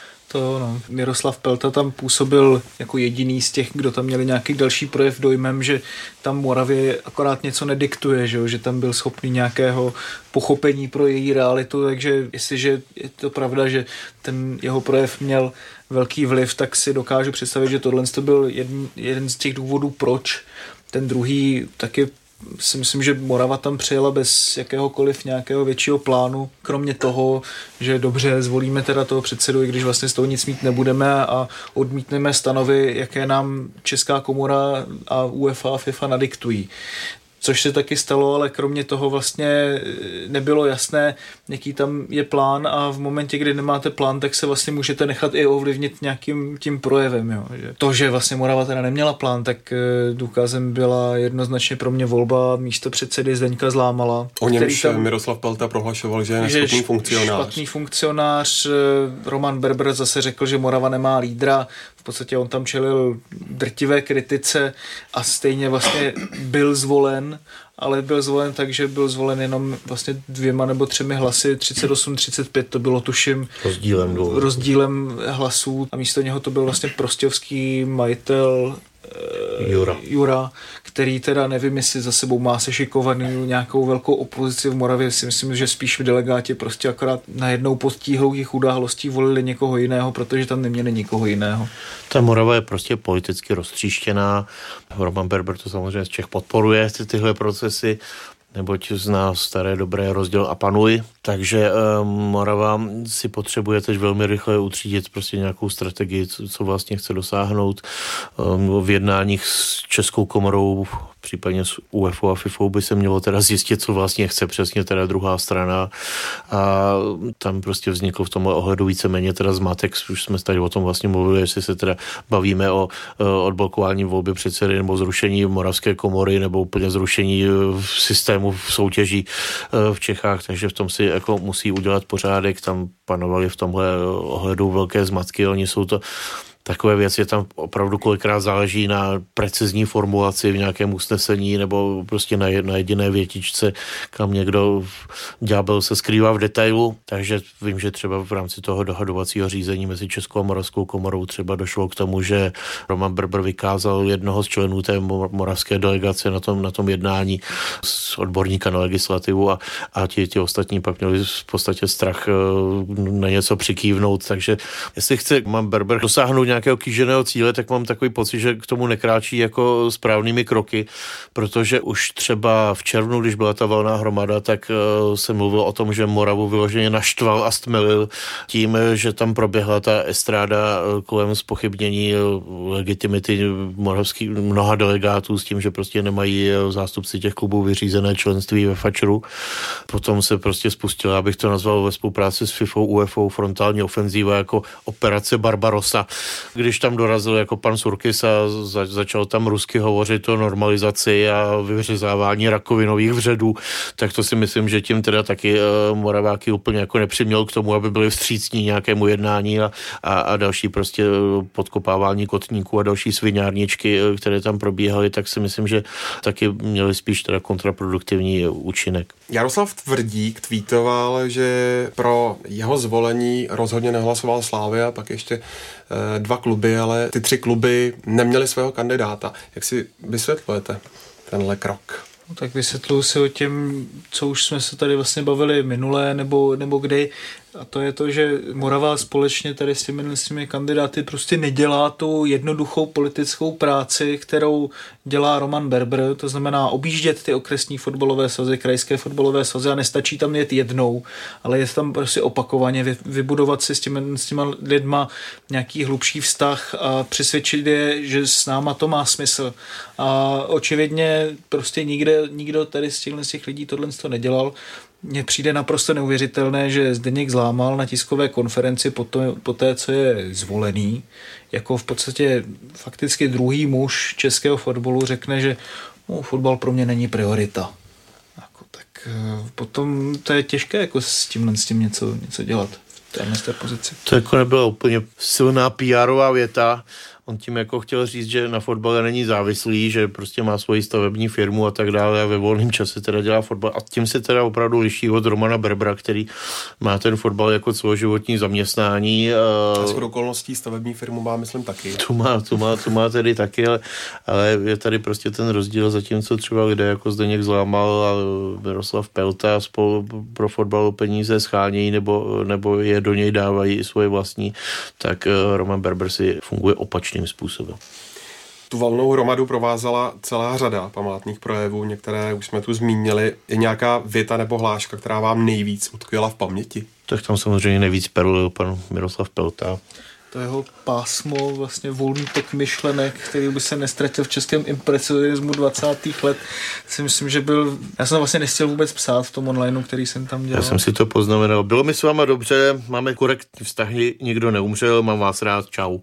To no, Miroslav Pelta tam působil jako jediný z těch, kdo tam měli nějaký další projev dojmem, že tam Moravě akorát něco nediktuje, že, že tam byl schopný nějakého pochopení pro její realitu, takže jestliže je to pravda, že ten jeho projev měl velký vliv, tak si dokážu představit, že tohle to byl jeden, jeden z těch důvodů, proč. Ten druhý taky si myslím, že Morava tam přijela bez jakéhokoliv nějakého většího plánu, kromě toho, že dobře, zvolíme teda toho předsedu, i když vlastně z toho nic mít nebudeme a odmítneme stanovy, jaké nám Česká komora a UEFA a FIFA nadiktují. Což se taky stalo, ale kromě toho vlastně nebylo jasné, jaký tam je plán a v momentě, kdy nemáte plán, tak se vlastně můžete nechat i ovlivnit nějakým tím projevem. Jo. To, že vlastně Morava teda neměla plán, tak důkazem byla jednoznačně pro mě volba místo předsedy Zdeňka Zlámala. O němž tam, Miroslav Pelta prohlašoval, že je neschopný funkcionář. Špatný funkcionář. Roman Berber zase řekl, že Morava nemá lídra. V podstatě on tam čelil drtivé kritice a stejně vlastně byl zvolen, ale byl zvolen tak, že byl zvolen jenom vlastně dvěma nebo třemi hlasy, třicet osm třicet pět to bylo tuším rozdílem, rozdílem hlasů a místo něho to byl vlastně prostějovský majitel Jura. Jura, který teda nevím, jestli za sebou má sešikovaný nějakou velkou opozici v Moravě, si myslím, že spíš v delegáti prostě akorát najednou pod tíhlou těch událostí volili někoho jiného, protože tam neměli nikoho jiného. Ta Morava je prostě politicky roztříštěná. Roman Berber to samozřejmě z Čech podporuje ty, tyhle procesy, neboť zná staré dobré rozděl a panuj. Takže um, Morava si potřebuje teď velmi rychle utřídit prostě nějakou strategii, co, co vlastně chce dosáhnout. Um, v jednáních s Českou komorou, případně s UEFA a FIFA by se mělo teda zjistit, co vlastně chce přesně teda druhá strana a tam prostě vznikl v tomhle ohledu víceméně teda zmatek, už jsme tady o tom vlastně mluvili, jestli se teda bavíme o odblokování volby předsedy nebo zrušení Moravské komory nebo úplně zrušení systému v soutěží v Čechách, takže v tom si jako musí udělat pořádek, tam panovaly v tomhle ohledu velké zmatky, oni jsou to takové věci, tam opravdu kolikrát záleží na precizní formulaci v nějakém usnesení nebo prostě na, na jediné větičce, kam někdo ďábel se skrývá v detailu. Takže vím, že třeba v rámci toho dohadovacího řízení mezi Českou a Moravskou komorou třeba došlo k tomu, že Roman Berber vykázal jednoho z členů té moravské delegace na tom, na tom jednání z odborníka na legislativu a, a ti, ti ostatní pak měli v podstatě strach na něco přikývnout. Takže jestli chce Roman Berber dosáhnout nějakého kýženého cíle, tak mám takový pocit, že k tomu nekráčí jako správnými kroky, protože už třeba v červnu, když byla ta valná hromada, tak uh, se mluvilo o tom, že Moravu vyloženě naštval a stmelil tím, že tam proběhla ta estráda uh, kolem zpochybnění uh, legitimity moravských mnoha delegátů s tím, že prostě nemají uh, zástupci těch klubů vyřízené členství ve Fačru. Potom se prostě spustila, abych to nazval ve spolupráci s FIFA, UEFA, frontální ofenzíva jako operace Barbarossa, když tam dorazil jako pan Surkis a za, začal tam rusky hovořit o normalizaci a vyřezávání rakovinových vředů, tak to si myslím, že tím teda taky uh, Moraváky úplně jako nepřiměl k tomu, aby byli vstřícní nějakému jednání a, a, a další prostě podkopávání kotníků a další sviňárničky, které tam probíhaly, tak si myslím, že taky měli spíš teda kontraproduktivní účinek. Jaroslav Tvrdík tweetoval, že pro jeho zvolení rozhodně nehlasoval Slavia, pak ještě dva kluby, ale ty tři kluby neměly svého kandidáta. Jak si vysvětlujete tenhle krok? No, tak vysvětluji si o těm, co už jsme se tady vlastně bavili minulé nebo, nebo kdy. A to je to, že Morava společně tady s těmi, s těmi kandidáty prostě nedělá tu jednoduchou politickou práci, kterou dělá Roman Berber, to znamená objíždět ty okresní fotbalové svazy, krajské fotbalové svazy a nestačí tam jet jednou, ale je tam prostě opakovaně vybudovat si s těmi, s těma lidma nějaký hlubší vztah a přesvědčit je, že s náma to má smysl. A očividně prostě nikde, nikdo tady z těch, z těch lidí tohle to nedělal. Mně přijde naprosto neuvěřitelné, že Zdeněk Zlámal na tiskové konferenci po, to, po té, co je zvolený, jako v podstatě fakticky druhý muž českého fotbalu řekne, že no, fotbal pro mě není priorita. Jako, tak potom to je těžké jako s tímhle s tím něco, něco dělat v té pozici. To jako nebyla úplně silná P R ová věta. On tím jako chtěl říct, že na fotbale není závislý, že prostě má svoji stavební firmu a tak dále a ve volném čase teda dělá fotbal. A tím se teda opravdu liší od Romana Berbera, který má ten fotbal jako celoživotní zaměstnání. A shodou okolností stavební firmu má, myslím, taky. Tu má, tu má, tu má tedy taky, ale, ale je tady prostě ten rozdíl, zatímco třeba lidé jako Zdeněk Zlámal a Miroslav Pelta spolu pro fotbal peníze schánějí nebo, nebo je do něj dávají i svoje vlastní, tak Roman Berber si funguje opačně způsobem. Tu valnou hromadu provázela celá řada památných projevů, některé už jsme tu zmínili. Je nějaká věta nebo hláška, která vám nejvíc utkvěla v paměti? Tak tam samozřejmě nejvíc perlil pan Miroslav Pelta. To jeho pásmo, vlastně volný tok myšlenek, který by se nestratil v českém impresionismu dvacátých let. Si myslím, že byl... Já jsem vlastně nechtěl vůbec psát v tom onlineu, který jsem tam dělal. Já jsem si to poznamenal. Bylo mi s váma dobře, máme korektní vztahy, nikdo neumřel, mám vás rád, čau.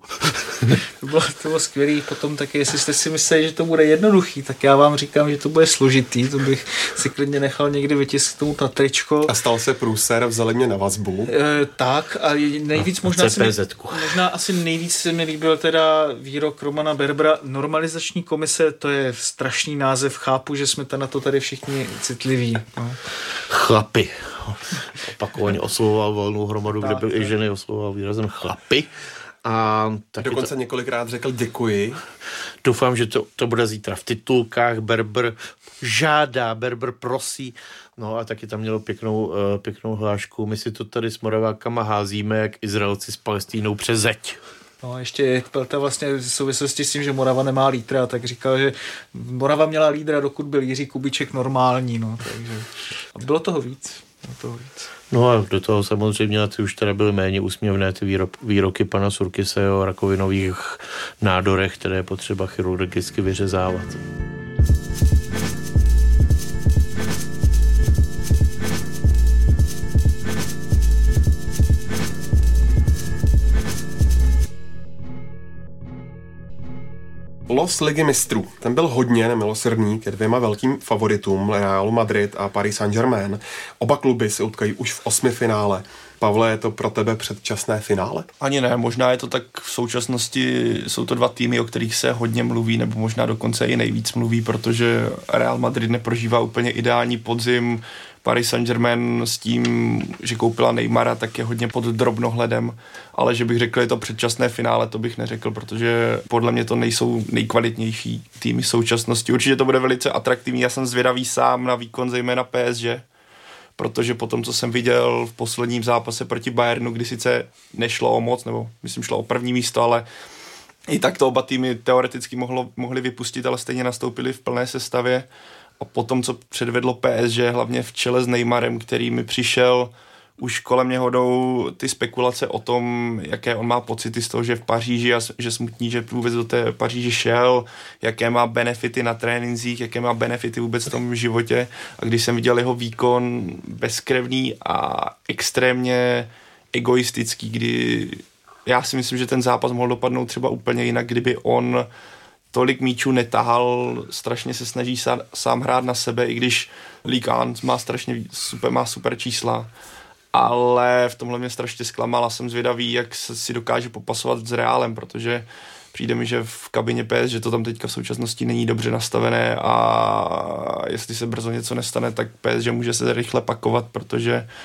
To bylo, to bylo skvělý. Potom taky, jestli jste si mysleli, že to bude jednoduchý, tak já vám říkám, že to bude složitý. To bych si klidně nechal někdy vytisknout na tričko. A stal se průser, vzali mě na vazbu. E, tak a nejvíc no, možná si mi, možná asi nejvíc se mi líbil teda výrok Romana Berbera. Normalizační komise, to je strašný název. Chápu, že jsme na to tady všichni citliví. No. Chlapi. Opakovaně oslovoval volnou hromadu, kde byl i ženy, oslovoval výrazem chlapi. A dokonce to... několikrát řekl děkuji. Doufám, že to, to bude zítra v titulkách. Berber žádá, Berber prosí. No a taky tam mělo pěknou, uh, pěknou hlášku. My si to tady s Moravákama házíme, jak Izraelci s Palestínou přes zeď. No a ještě Pelta vlastně v souvislosti s tím, že Morava nemá lídra, tak říkal, že Morava měla lídra, dokud byl Jiří Kubíček normální. No, takže... A bylo toho víc. Bylo toho víc. No a do toho samozřejmě ty už tady byly méně úsměvné ty výrok, výroky pana Surkise o rakovinových nádorech, které je potřeba chirurgicky vyřezávat. Los Ligy mistrů. Ten byl hodně nemilosrdný ke dvěma velkým favoritům, Realu Madrid a Paris Saint-Germain. Oba kluby se utkají už v osmi finále. Pavle, je to pro tebe předčasné finále? Ani ne, možná je to tak v současnosti, jsou to dva týmy, o kterých se hodně mluví, nebo možná dokonce i nejvíc mluví, protože Real Madrid neprožívá úplně ideální podzim, Paris Saint-Germain s tím, že koupila Neymara, tak je hodně pod drobnohledem, ale že bych řekl, je to předčasné finále, to bych neřekl, protože podle mě to nejsou nejkvalitnější týmy současnosti. Určitě to bude velice atraktivní, já jsem zvědavý sám na výkon zejména P S G, protože po tom, co jsem viděl v posledním zápase proti Bayernu, kdy sice nešlo o moc, nebo myslím šlo o první místo, ale i tak to oba týmy teoreticky mohlo, mohli vypustit, ale stejně nastoupili v plné sestavě. A potom, co předvedlo P S G, hlavně v čele s Neymarem, který mi přišel, už kolem něho jdou ty spekulace o tom, jaké on má pocity z toho, že v Paříži a že smutní, že vůbec do té Paříže šel, jaké má benefity na trénincích, jaké má benefity vůbec v tom životě. A když jsem viděl jeho výkon bezkrevný a extrémně egoistický, kdy já si myslím, že ten zápas mohl dopadnout třeba úplně jinak, kdyby on tolik míčů netahal, strašně se snaží sám, sám hrát na sebe, i když Ligue jedna má strašně super, má super čísla, ale v tomhle mě strašně zklamal a jsem zvědavý, jak se si dokáže popasovat s Reálem, protože přijde mi, že v kabině P S, že to tam teďka v současnosti není dobře nastavené a jestli se brzo něco nestane, tak P S, že může se rychle pakovat, protože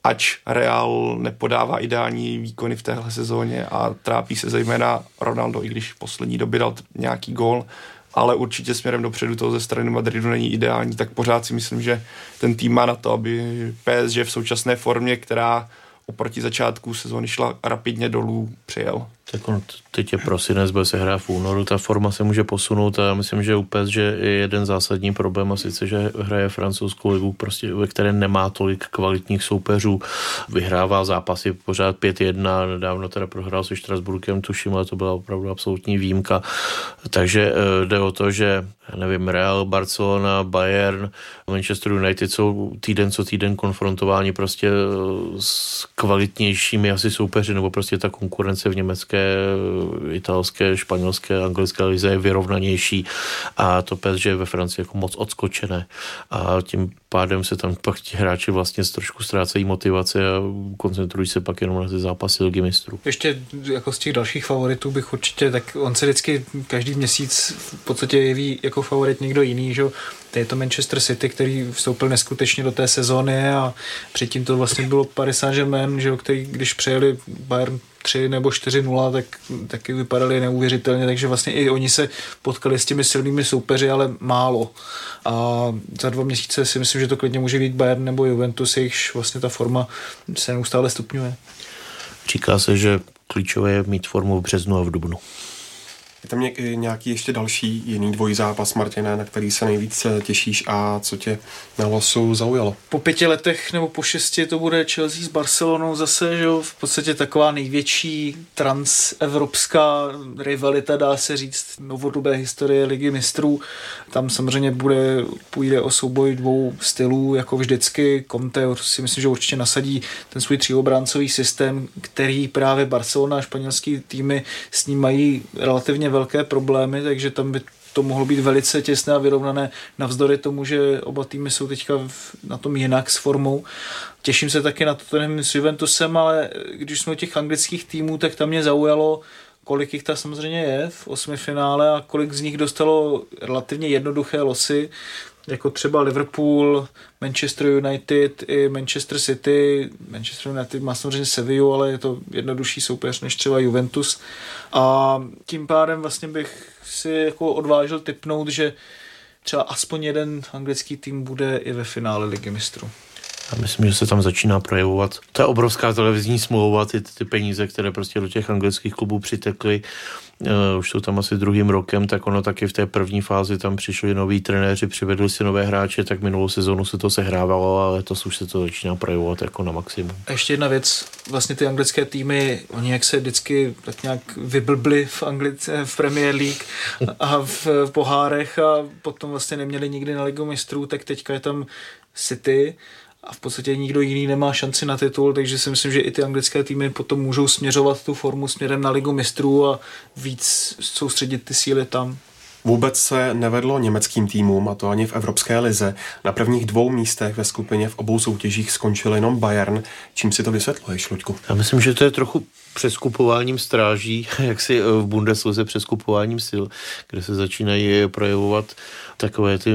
ač Real nepodává ideální výkony v téhle sezóně a trápí se zejména Ronaldo, i když v poslední době dal nějaký gól, ale určitě směrem dopředu toho ze strany Madridu není ideální, tak pořád si myslím, že ten tým má na to, aby P S G v současné formě, která oproti začátku sezóny šla rapidně dolů, přijel. Tak on, teď je prosinec, bude se hrát v únoru, ta forma se může posunout a já myslím, že u P S G je jeden zásadní problém a sice, že hraje francouzskou ligu, prostě, ve které nemá tolik kvalitních soupeřů, vyhrává zápasy pořád pět jedna, nedávno teda prohrál se Štrasburkem, tuším, ale to byla opravdu absolutní výjimka, takže jde o to, že nevím, Real, Barcelona, Bayern, Manchester United jsou týden co týden konfrontováni prostě s kvalitnějšími asi soupeři, nebo prostě ta konkurence v německé, italské, španělské, anglické lize je vyrovnanější a to P S G ve Francii jako moc odskočené a tím pádem se tam pak ti hráči vlastně trošku ztrácejí motivaci a koncentrují se pak jenom na ty zápasy Ligy mistrů. Ještě jako z těch dalších favoritů bych určitě, tak on se vždycky každý měsíc v podstatě jeví jako favorit někdo jiný, že je to Manchester City, který vstoupil neskutečně do té sezóny a předtím to vlastně bylo Paris Saint-Germain, že který když přejeli Bayern tři nebo čtyři nula, tak taky vypadali neuvěřitelně, takže vlastně i oni se potkali s těmi silnými soupeři, ale málo. A za dva měsíce si myslím, že to klidně může být Bayern nebo Juventus, jejichž vlastně ta forma se neustále stupňuje. Říká se, že klíčové je mít formu v březnu a v dubnu. Je tam nějaký ještě další jiný dvojzápas, Martine, na který se nejvíc těšíš a co tě na losu zaujalo? Po pěti letech nebo po šesti to bude Chelsea s Barcelonou zase, že jo, v podstatě taková největší transevropská rivalita, dá se říct, novodobé historie Ligy mistrů. Tam samozřejmě bude, půjde o souboj dvou stylů, jako vždycky. Conte si myslím, že určitě nasadí ten svůj tříobráncový systém, který právě Barcelona a španělský týmy s ním mají relativně velké problémy, takže tam by to mohlo být velice těsné a vyrovnané navzdory tomu, že oba týmy jsou teďka na tom jinak s formou. Těším se taky na Tottenham s Juventusem, ale když jsme u těch anglických týmů, tak tam mě zaujalo, kolik jich tam samozřejmě je v osmifinále a kolik z nich dostalo relativně jednoduché losy, jako třeba Liverpool, Manchester United i Manchester City. Manchester United má samozřejmě Sevillu, ale je to jednodušší soupeř než třeba Juventus. A tím pádem vlastně bych si jako odvážil tipnout, že třeba aspoň jeden anglický tým bude i ve finále Ligy mistrů. Já myslím, že se tam začíná projevovat ta obrovská televizní smlouva, ty, ty peníze, které prostě do těch anglických klubů přitekly, uh, už jsou tam asi druhým rokem, tak ono taky v té první fázi tam přišli noví trenéři, přivedli si nové hráče, tak minulou sezonu se to sehrávalo, ale to už se to začíná projevovat jako na maximum. A ještě jedna věc, vlastně ty anglické týmy, oni jak se vždycky tak nějak vyblbli v Anglice, v Premier League a v, v pohárech a potom vlastně neměli nikdy na Ligu mistrů, tak teďka je tam City, a v podstatě nikdo jiný nemá šanci na titul, takže si myslím, že i ty anglické týmy potom můžou směřovat tu formu směrem na Ligu mistrů a víc soustředit ty síly tam. Vůbec se nevedlo německým týmům, a to ani v Evropské lize. Na prvních dvou místech ve skupině v obou soutěžích skončil jenom Bayern. Čím si to vysvětluješ, Luďku? Já myslím, že to je trochu přeskupováním stráží, jak si v Bundeslize přeskupováním sil, kde se začínají projevovat takové ty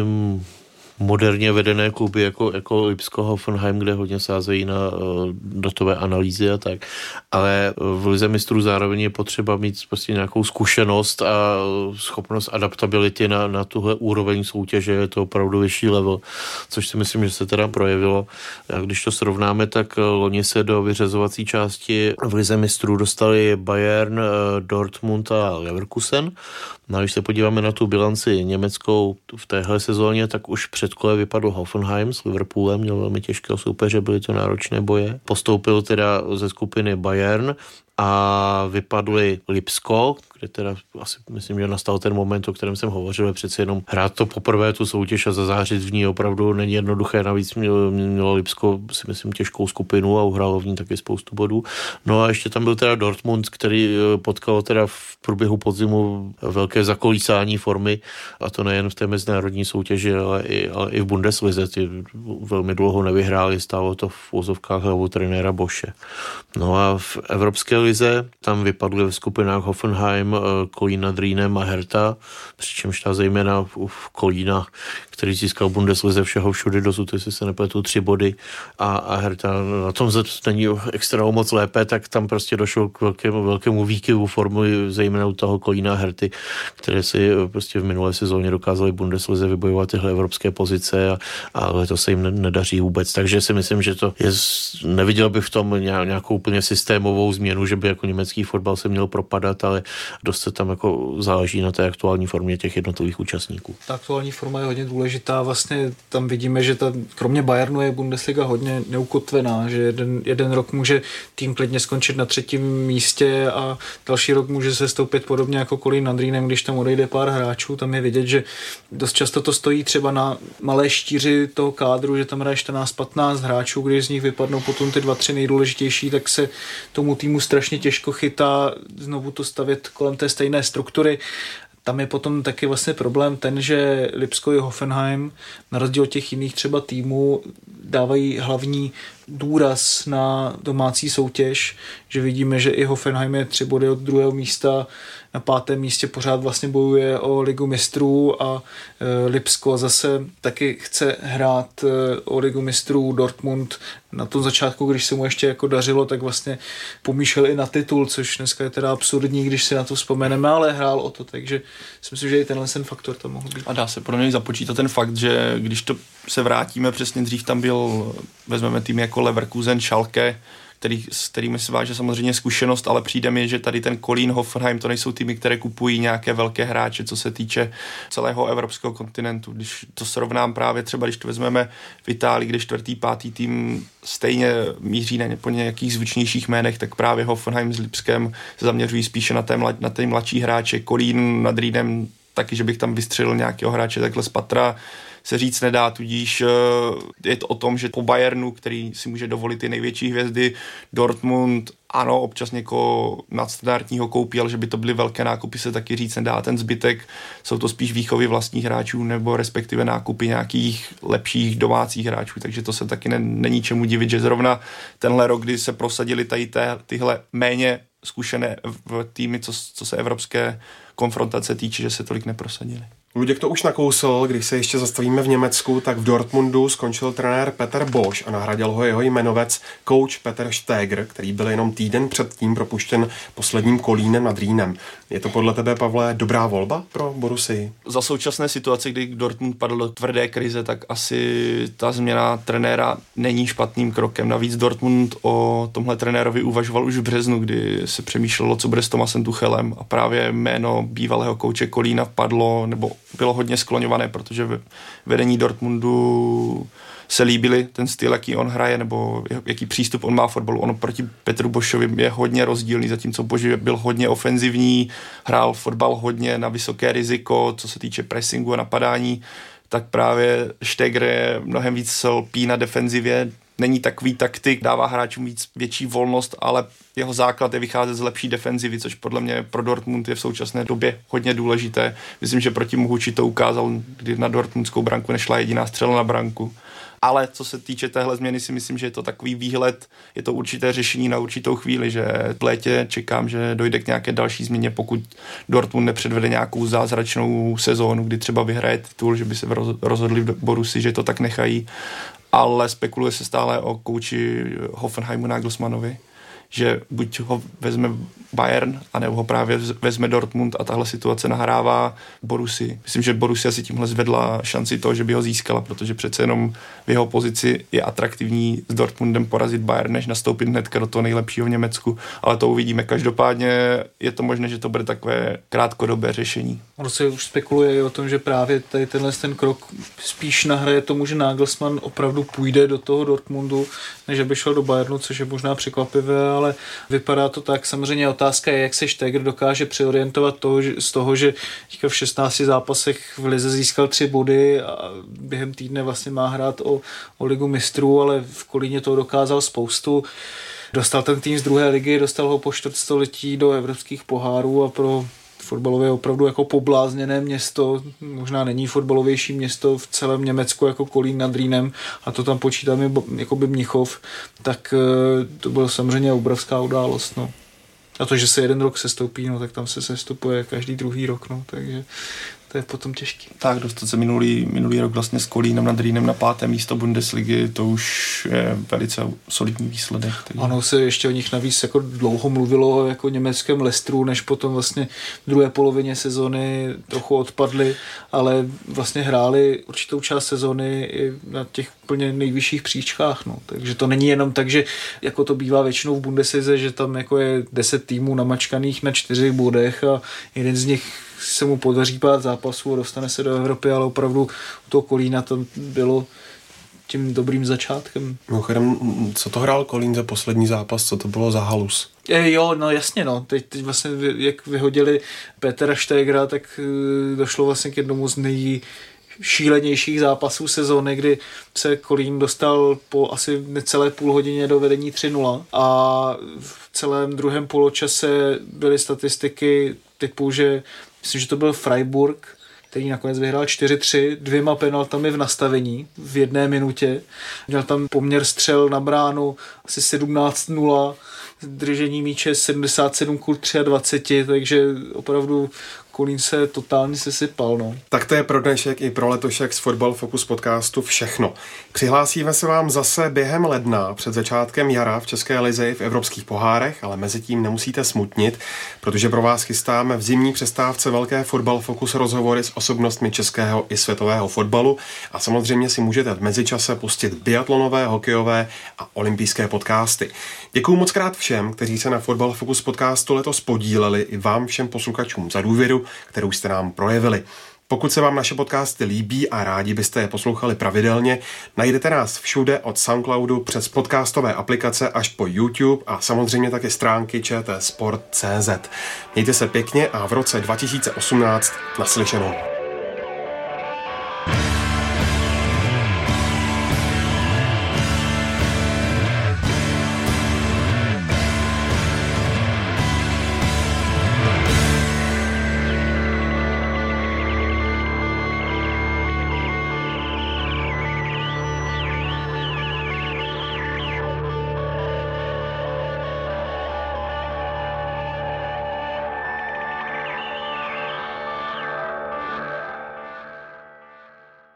moderně vedené kluby jako, jako Lipsko, Hoffenheim, kde hodně sázejí na uh, datové analýzy a tak. Ale v lize mistrů zároveň je potřeba mít prostě nějakou zkušenost a schopnost adaptability na, na tuhle úroveň soutěže, je to opravdu vyšší level, což si myslím, že se teda projevilo. A když to srovnáme, tak loni se do vyřazovací části v lize mistrů dostali Bayern, Dortmund a Leverkusen. No a když se podíváme na tu bilanci německou v téhle sezóně, tak už před kole vypadl Hoffenheim s Liverpoolem, měl velmi těžkého soupeře, byly to náročné boje. Postoupil teda ze skupiny Bayern a vypadly Lipsko, kde teda asi myslím, že nastal ten moment, o kterém jsem hovořil, přece jenom hrát to poprvé tu soutěž a zazářit v ní opravdu není jednoduché, navíc mělo, mělo Lipsko si myslím těžkou skupinu a uhrálo v ní taky spoustu bodů. No a ještě tam byl teda Dortmund, který potkal teda v průběhu podzimu velké zakolísání formy a to nejen v té mezinárodní soutěži, ale i, ale i v Bundeslize. Ty velmi dlouho nevyhráli, stálo to v úzovkách hlavu trenéra Bosche. No a v Evropské Bundeslize. Tam vypadly v skupinách Hoffenheim, Kolín nad Rýnem a Hertha, přičemž ta zejména v Kolína, který získal Bundeslize všeho všude dosud, jestli se nepletu, tři body a, a Hertha na tom není extra moc lépe, tak tam prostě došlo k velkému, velkému výkyvu formy, zejména u toho Kolína a Herty, které si prostě v minulé sezóně dokázali Bundeslize vybojovat tyhle evropské pozice a, ale to se jim nedaří vůbec. Takže si myslím, že to je, neviděl bych v tom nějakou úplně systémovou změnu, že by jako německý fotbal se měl propadat, ale dost se tam jako záleží na té aktuální formě těch jednotlivých účastníků. Ta aktuální forma je hodně důležitá. Vlastně tam vidíme, že ta, kromě Bayernu je Bundesliga hodně neukotvená, že jeden, jeden rok může tým klidně skončit na třetím místě a další rok může se stoupit podobně jako Kolín nad Rýnem, když tam odejde pár hráčů. Tam je vidět, že dost často to stojí třeba na malé štíři toho kádru, že tam hraje čtrnáct patnáct hráčů, když z nich vypadnou potom ty dva, tři nejdůležitější, tak se tomu týmu strašně těžko chytá znovu to stavět kolem té stejné struktury. Tam je potom taky vlastně problém ten, že Lipsko i Hoffenheim na rozdíl od těch jiných třeba týmů dávají hlavní důraz na domácí soutěž, že vidíme, že i Hoffenheim je tři body od druhého místa, na pátém místě pořád vlastně bojuje o ligu mistrů a e, Lipsko zase taky chce hrát e, o ligu mistrů. Dortmund na tom začátku, když se mu ještě jako dařilo, tak vlastně pomýšlel i na titul, což dneska je teda absurdní, když si na to vzpomeneme, ale hrál o to, takže si myslím, že i tenhle ten faktor tam mohl být. A dá se pro něj započítat ten fakt, že když to se vrátíme, přesně dřív tam byl, vezmeme tým jako Leverkusen, Schalke, který, s kterými se váže samozřejmě zkušenost, ale přijde mi, že tady ten Kolín, Hoffenheim, to nejsou týmy, které kupují nějaké velké hráče, co se týče celého evropského kontinentu. Když to srovnám právě třeba, když to vezmeme v Itálii, kde čtvrtý, pátý tým stejně míří na, po nějakých zvučnějších jménech, tak právě Hoffenheim s Lipskem se zaměřují spíše na té, na té mladší hráče. Kolín nad Rýnem taky, že bych tam vystřelil nějakého hráče takhle z patra, se říct nedá, tudíž je to o tom, že po Bayernu, který si může dovolit ty největší hvězdy, Dortmund, ano, občas někoho nadstandardního koupí, ale že by to byly velké nákupy, se taky říct nedá. Ten zbytek jsou to spíš výchovy vlastních hráčů nebo respektive nákupy nějakých lepších domácích hráčů, takže to se taky ne, není čemu divit, že zrovna tenhle rok, kdy se prosadili tady té, tyhle méně zkušené v týmy, co, co se evropské konfrontace týče, že se tolik neprosadili. Luděk to už nakousl, když se ještě zastavíme v Německu, tak v Dortmundu skončil trenér Peter Bosz a nahradil ho jeho jmenovec coach Peter Steger, který byl jenom týden předtím propuštěn posledním Kolínem nad Rýnem. Je to podle tebe, Pavle, dobrá volba pro Borussii? Za současné situace, kdy Dortmund padl do tvrdé krize, tak asi ta změna trenéra není špatným krokem. Navíc Dortmund o tomhle trenérovi uvažoval už v březnu, kdy se přemýšlelo, co bude s Thomasem Tuchelem, a právě jméno bývalého kouče Kolína vpadlo, nebo bylo hodně skloňované, protože vedení Dortmundu se líbily ten styl, jaký on hraje, nebo jaký přístup on má v fotbalu. On proti Petru Bošovi je hodně rozdílný, zatímco Boš byl hodně ofenzivní, hrál fotbal hodně na vysoké riziko, co se týče pressingu a napadání, tak právě Steger je mnohem víc lpí na defenzivě, není takový taktik, dává hráčům víc větší volnost, ale jeho základ je vycházet z lepší defenzivy, což podle mě pro Dortmund je v současné době hodně důležité. Myslím, že proti Mohuči to ukázal, kdy na dortmundskou branku nešla jediná střela na branku. Ale co se týče téhle změny, si myslím, že je to takový výhled, je to určité řešení na určitou chvíli, že v létě čekám, že dojde k nějaké další změně, pokud Dortmund nepředvede nějakou zázračnou sezónu, kdy třeba vyhraje titul, že by se rozhodli v Borussii, že to tak nechají. Ale spekuluje se stále o kouči Hoffenheimu Nagelsmannovi, že buď ho vezme Bayern, anebo ho právě vezme Dortmund a tahle situace nahrává Borussii. Myslím, že Borussia si tímhle zvedla šanci toho, že by ho získala, protože přece jenom v jeho pozici je atraktivní s Dortmundem porazit Bayern, než nastoupit hnedka do toho nejlepšího v Německu, ale to uvidíme. Každopádně je to možné, že to bude takové krátkodobé řešení. Ono se už spekuluje i o tom, že právě tady tenhle ten krok spíš nahraje tomu, že Nagelsmann opravdu půjde do toho Dortmundu, než aby šel do Bayernu, což je možná překvapivé, ale vypadá to tak. Samozřejmě otázka je, jak se Steger dokáže přeorientovat toho, že, z toho, že v šestnácti zápasech v lize získal tři body a během týdne vlastně má hrát o, o ligu mistrů, ale v Kolíně toho dokázal spoustu. Dostal ten tým z druhé ligy, dostal ho po čtvrtstoletí do evropských pohárů a pro fotbalové opravdu jako poblázněné město, možná není fotbalovější město v celém Německu jako Kolín nad Rýnem, a to tam počítáme jako by Mnichov, tak to byla samozřejmě obrovská událost. No. A to, že se jeden rok sestoupí, no tak tam se sestupuje každý druhý rok, no, takže to je potom těžký. Tak, dostat se minulý, minulý rok vlastně s Kolínem nad Rýnem na páté místo Bundesligy, to už je velice solidní výsledek. Takže... Ano, se ještě o nich navíc jako dlouho mluvilo jako německém Leicesteru, než potom vlastně v druhé polovině sezony trochu odpadli, ale vlastně hráli určitou část sezony i na těch úplně nejvyšších příčkách, no. Takže to není jenom tak, že jako to bývá většinou v Bundeslize, že tam jako je deset týmů namačkaných na čtyřech bodech a jeden z nich se mu podaří pár zápasů a dostane se do Evropy, ale opravdu u toho Kolína to bylo tím dobrým začátkem. Mimochodem, co to hrál Kolín za poslední zápas, co to bylo za halus? E, jo, no jasně, no. Teď, teď vlastně, jak vyhodili Petera Štégra, tak došlo vlastně k jednomu z nejšílenějších zápasů sezóny, kdy se Kolín dostal po asi necelé půl hodině do vedení tři nula a v celém druhém poločase byly statistiky typu, že myslím, že to byl Freiburg, který nakonec vyhrál čtyři tři dvěma penaltami v nastavení v jedné minutě. Měl tam poměr střel na bránu asi sedmnáct nula, držení míče sedmdesát sedm ku dvacet tři, takže opravdu Kolín se totálně sesypal. No. Tak to je pro dnešek i pro letošek z Fotbal Focus podcastu všechno. Přihlásíme se vám zase během ledna před začátkem jara v České lize v evropských pohárech, ale mezi tím nemusíte smutnit, protože pro vás chystáme v zimní přestávce velké Fotbal Focus rozhovory s osobnostmi českého i světového fotbalu a samozřejmě si můžete v mezičase pustit biatlonové, hokejové a olympijské podcasty. Děkuju moc krát všem, kteří se na Fotbal Focus podcastu letos podíleli, i vám všem posluchačům za důvěru, kterou jste nám projevili. Pokud se vám naše podcasty líbí a rádi byste je poslouchali pravidelně, najdete nás všude od Soundcloudu přes podcastové aplikace až po YouTube a samozřejmě také stránky č t sport tečka c z. Mějte se pěkně a v roce dva tisíce osmnáct naslyšenou.